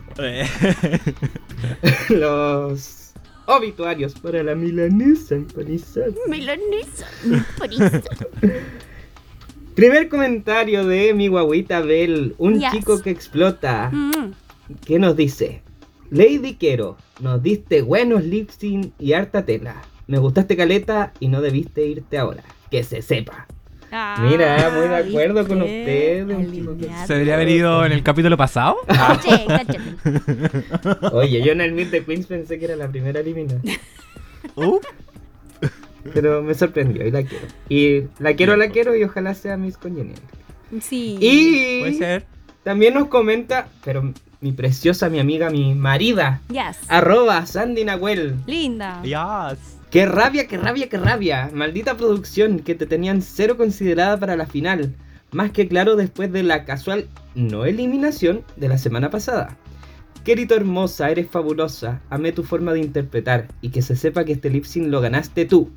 Los obituarios para la milanesa empanizada. Milanesa empanizada. Primer comentario de mi guaguita Bel, un yes. chico que explota. Mm. ¿Qué nos dice? Lady Quero, nos diste buenos lip sync y harta tela. Me gustaste caleta y no debiste irte ahora. Que se sepa. Ah, Mira, muy de acuerdo con ¿viste? usted. un tipo que- Alineado. ¿Se debería haber ido en el capítulo pasado? Caché, caché. Oye, yo en el Meet the Queens pensé que era la primera eliminada. Uh, Pero me sorprendió y la quiero. Y la quiero, la quiero y ojalá sea Miss Congenial. Sí. Y puede ser. también nos comenta, pero mi preciosa, mi amiga, mi marida, Yes. arroba Sandy Nahuel. Linda. Yes. Qué rabia, qué rabia, qué rabia. Maldita producción que te tenían cero considerada para la final. Más que claro después de la casual no eliminación de la semana pasada. Querito hermosa, eres fabulosa. Amé tu forma de interpretar. Y que se sepa que este lip sync lo ganaste tú.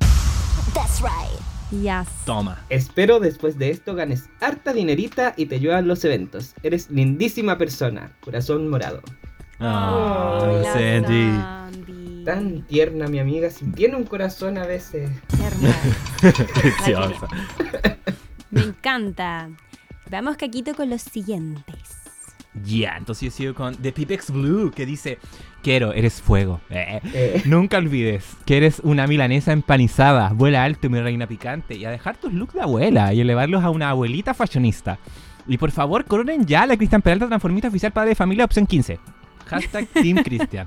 Yes. Toma. Espero después de esto ganes harta dinerita y te llevan los eventos. Eres lindísima persona. Corazón morado. Ah, Ay, la Sandy. Sandy. Tan tierna mi amiga. Si tiene un corazón a veces. Hermosa. Preciosa. Me encanta. Vamos, Caquito, con los siguientes. Ya, entonces yo sigo con The Pipex Blue, que dice: Quiero, eres fuego. Eh. Eh, Nunca olvides que eres una milanesa empanizada. Vuela alto, mi reina picante. Y a dejar tus looks de abuela y elevarlos a una abuelita fashionista. Y por favor, coronen ya a la Cristian Peralta, transformista oficial padre de familia, opción quince. Hashtag Team Cristian.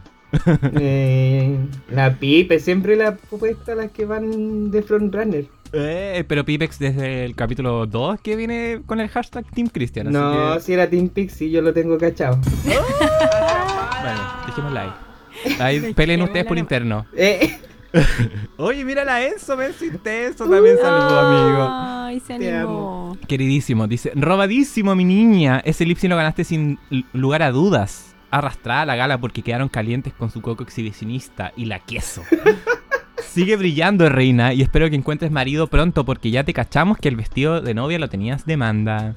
eh, la Pipe, siempre la puesta a las que van de frontrunner. Eh, pero Pipex desde el capítulo dos que viene con el hashtag Team Cristian. Así No, que... si era Team Pixie, yo lo tengo cachado. Bueno, dejémosla ahí. Ahí peleen ustedes por interno. Eh, Oye, mira la Enzo, me hiciste eso. También saludo, amigo. Ay, se Te animó. Queridísimo, dice: Robadísimo, mi niña. Ese lip sync lo ganaste sin l- lugar a dudas. Arrastrada a la gala porque quedaron calientes con su coco exhibicionista y la queso. Sigue brillando, reina, y espero que encuentres marido pronto porque ya te cachamos que el vestido de novia lo tenías de manda.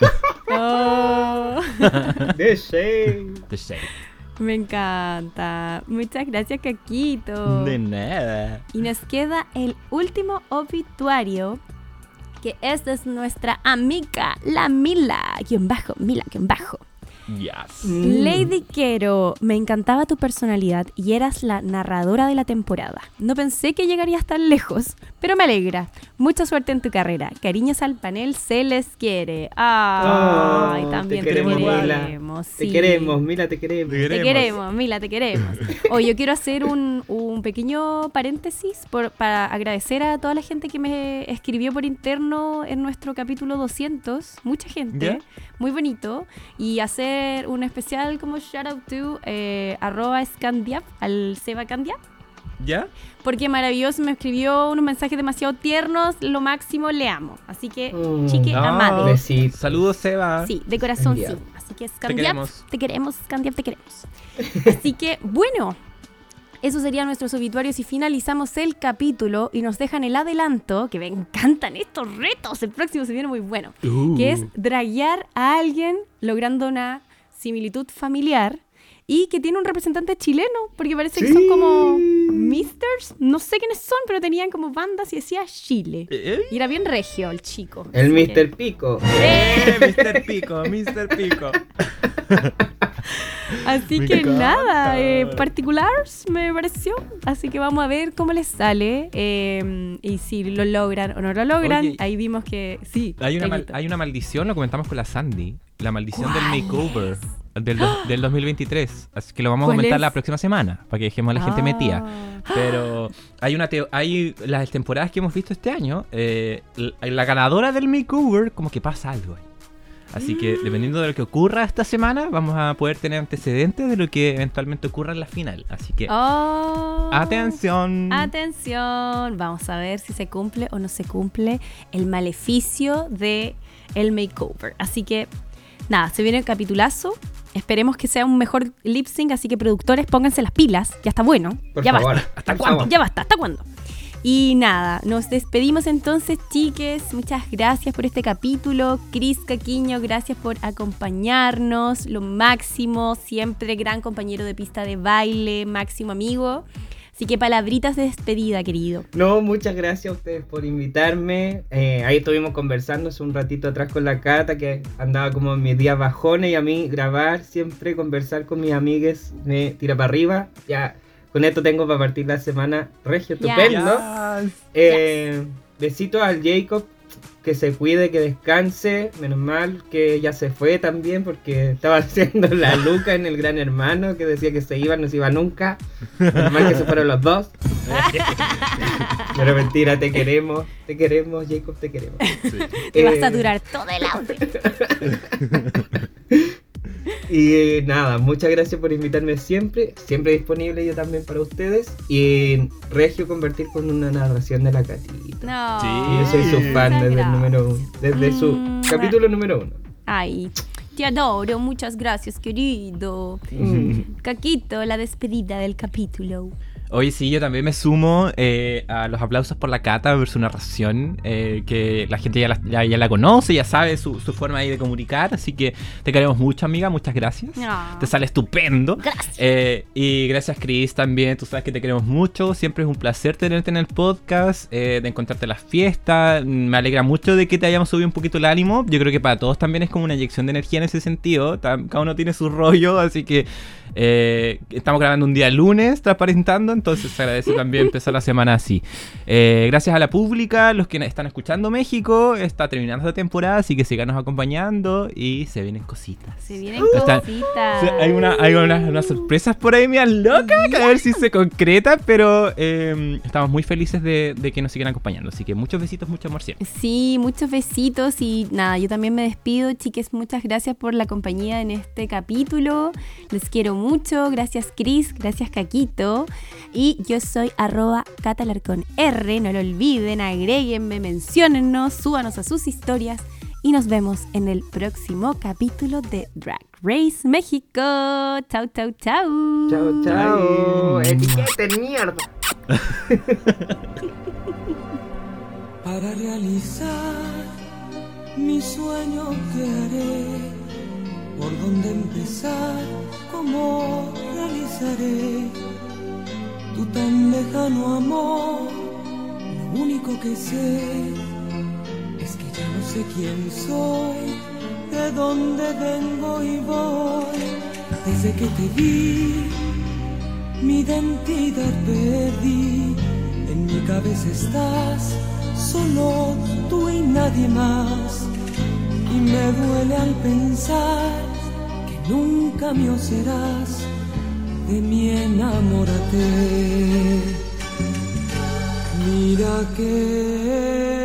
Oh, de shade. The shade. me encanta. Muchas gracias, Caquito. De nada. Y nos queda el último obituario, que es de nuestra amiga, la Mila, guión bajo, Mila, guión bajo. Yes. Mm. Lady Quero, me encantaba tu personalidad y eras la narradora de la temporada. No pensé que llegarías tan lejos, pero me alegra. Mucha suerte en tu carrera. Cariños al panel, se les quiere. Ay, Oh, también te te queremos, queremos. Mila. Te sí. queremos, Mila, te queremos. Te Te queremos, Mila, te queremos. Oye, yo quiero hacer un, un pequeño paréntesis por- para agradecer a toda la gente que me escribió por interno en nuestro capítulo doscientos. Mucha gente, ¿Ya? muy bonito. Y hacer un especial como shout out to eh, arroba Scandiap, al Seba Candia. ¿Ya? Porque maravilloso, me escribió unos mensajes demasiado tiernos, lo máximo, le amo. Así que, Mm. chique, Ah. amado. Besito. Saludos, Seba. Sí, de corazón sí. Scandiap. Así que Scandiap, queremos. te queremos, Scandiap, te queremos. Así que, bueno, esos serían nuestros obituarios y finalizamos el capítulo y nos dejan el adelanto, que me encantan estos retos, el próximo se viene muy bueno, Uh. que es draguear a alguien logrando una similitud familiar y que tiene un representante chileno, porque parece que Sí. son como misters, no sé quiénes son, pero tenían como bandas y decía Chile. Eh, Y era bien regio el chico. El Así que- mister Pico. eh, mister Pico, mister Pico. Así Me que encanta. nada, eh, particulars me pareció. Así que vamos a ver cómo les sale eh, y si lo logran o no lo logran. Oye, Ahí vimos que sí. Hay una, mal- Taquito. hay una maldición, lo comentamos con la Sandy. La maldición del ¿Cuál makeover del, do- del dos mil veintitrés. Así que lo vamos a ¿Cuál comentar es? la próxima semana, para que dejemos a la gente Ah. metida. Pero hay una teo- hay las temporadas que hemos visto este año, eh, la, la ganadora del makeover, como que pasa algo. Así que dependiendo de lo que ocurra esta semana, vamos a poder tener antecedentes de lo que eventualmente ocurra en la final. Así que Oh. atención. Atención, vamos a ver si se cumple o no se cumple el maleficio de el makeover. Así que nada, se viene el capitulazo. Esperemos que sea un mejor lip sync, así que productores, pónganse las pilas. Ya está bueno. Por ya favor. basta. ¿Hasta por cuándo? favor. Ya basta, ¿hasta cuándo? Y nada, nos despedimos entonces, chiques. Muchas gracias por este capítulo. Cris Caquiño, gracias por acompañarnos. Lo máximo, siempre gran compañero de pista de baile, máximo amigo. Así que palabritas de despedida, querido. No, muchas gracias a ustedes por invitarme. Eh, ahí estuvimos conversando hace un ratito atrás con la Cata, que andaba como en mis días bajones, y a mí grabar siempre, conversar con mis amigues, me tira para arriba. Ya, con esto tengo para partir la semana regio, estupendo. Yes. Eh, Besitos al Jacob, que se cuide, que descanse. Menos mal que ya se fue también, porque estaba haciendo la Luca en el Gran Hermano, que decía que se iba, no se iba nunca. Menos mal que se fueron los dos. Pero mentira, te queremos, te queremos, Jacob, te queremos. Sí. Te Eh, vas a saturar todo el audio. Y eh, nada, muchas gracias por invitarme siempre. Siempre disponible yo también para ustedes. Y regio convertir con una narración de la Catita. No. Sí, Y yo soy su fan muchas desde el gracias. número uno. Desde su Mm. capítulo número uno. Ay, te adoro. Muchas gracias, querido. Mm. Caquito, la despedida del capítulo. Oye, sí, yo también me sumo eh, a los aplausos por la Cata por su narración, eh, que la gente ya la, ya, ya la conoce, ya sabe su, su forma ahí de comunicar, así que te queremos mucho, amiga, muchas gracias. No. Te sale estupendo. Gracias. Eh, y gracias, Chris, también, tú sabes que te queremos mucho, siempre es un placer tenerte en el podcast, eh, de encontrarte en las fiestas, me alegra mucho de que te hayamos subido un poquito el ánimo, yo creo que para todos también es como una inyección de energía en ese sentido, Tam- cada uno tiene su rollo, así que... Eh, estamos grabando un día lunes, transparentando, entonces se agradece también empezar la semana así. Eh, gracias a la pública, los que están escuchando México, está terminando la temporada, así que síganos acompañando y se vienen cositas. Se vienen Está- cositas. Sí, hay una, hay unas, unas sorpresas por ahí, mías locas, que a ver si se concretan, pero eh, estamos muy felices de, de que nos sigan acompañando. Así que muchos besitos, mucho amor siempre. Sí, muchos besitos y nada, yo también me despido, chiques, muchas gracias por la compañía en este capítulo, les quiero mucho, gracias Chris, gracias Caquito, y yo soy arroba Catalarcón R, no lo olviden, agréguenme, menciónennos, súbanos a sus historias y nos vemos en el próximo capítulo de Drag Race México. Chau, chau, chau. Chao, chao. Etiqueten, mierda. Para realizar mi sueño que haré, por dónde empezar, cómo realizaré tu tan lejano amor. Lo único que sé es que ya no sé quién soy, de dónde vengo y voy. Desde que te vi, mi identidad perdí. En mi cabeza estás, solo tú y nadie más. Y me duele al pensar que nunca mío serás. De mí enamórate. Mira que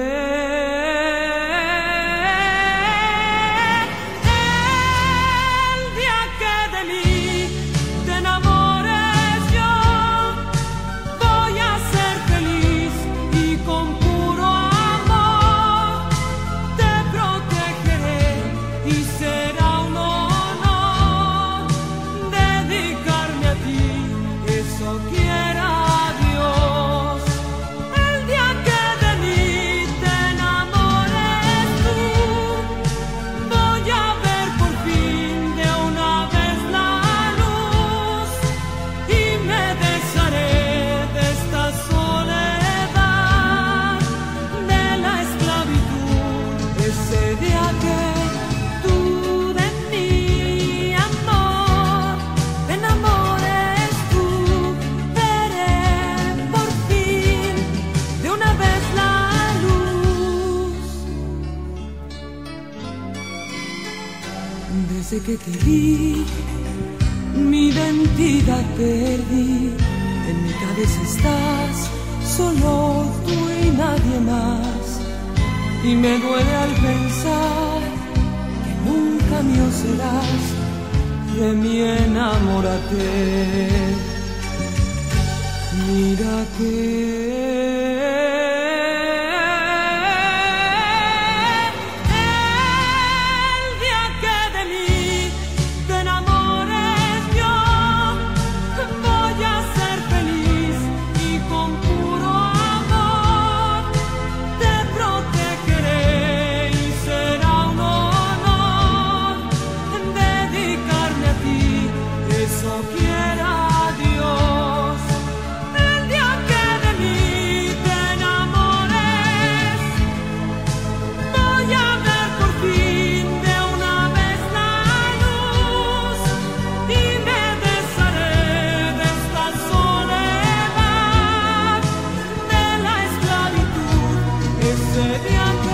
desde que te vi, mi identidad perdí. En mi cabeza estás, solo tú y nadie más. Y me duele al pensar que nunca mío serás. De mí enamórate. Mira que quiera Dios, el día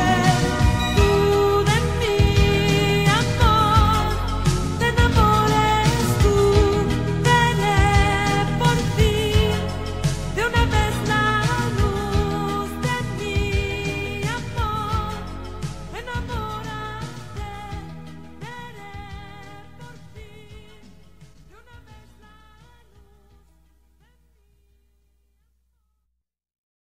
querer.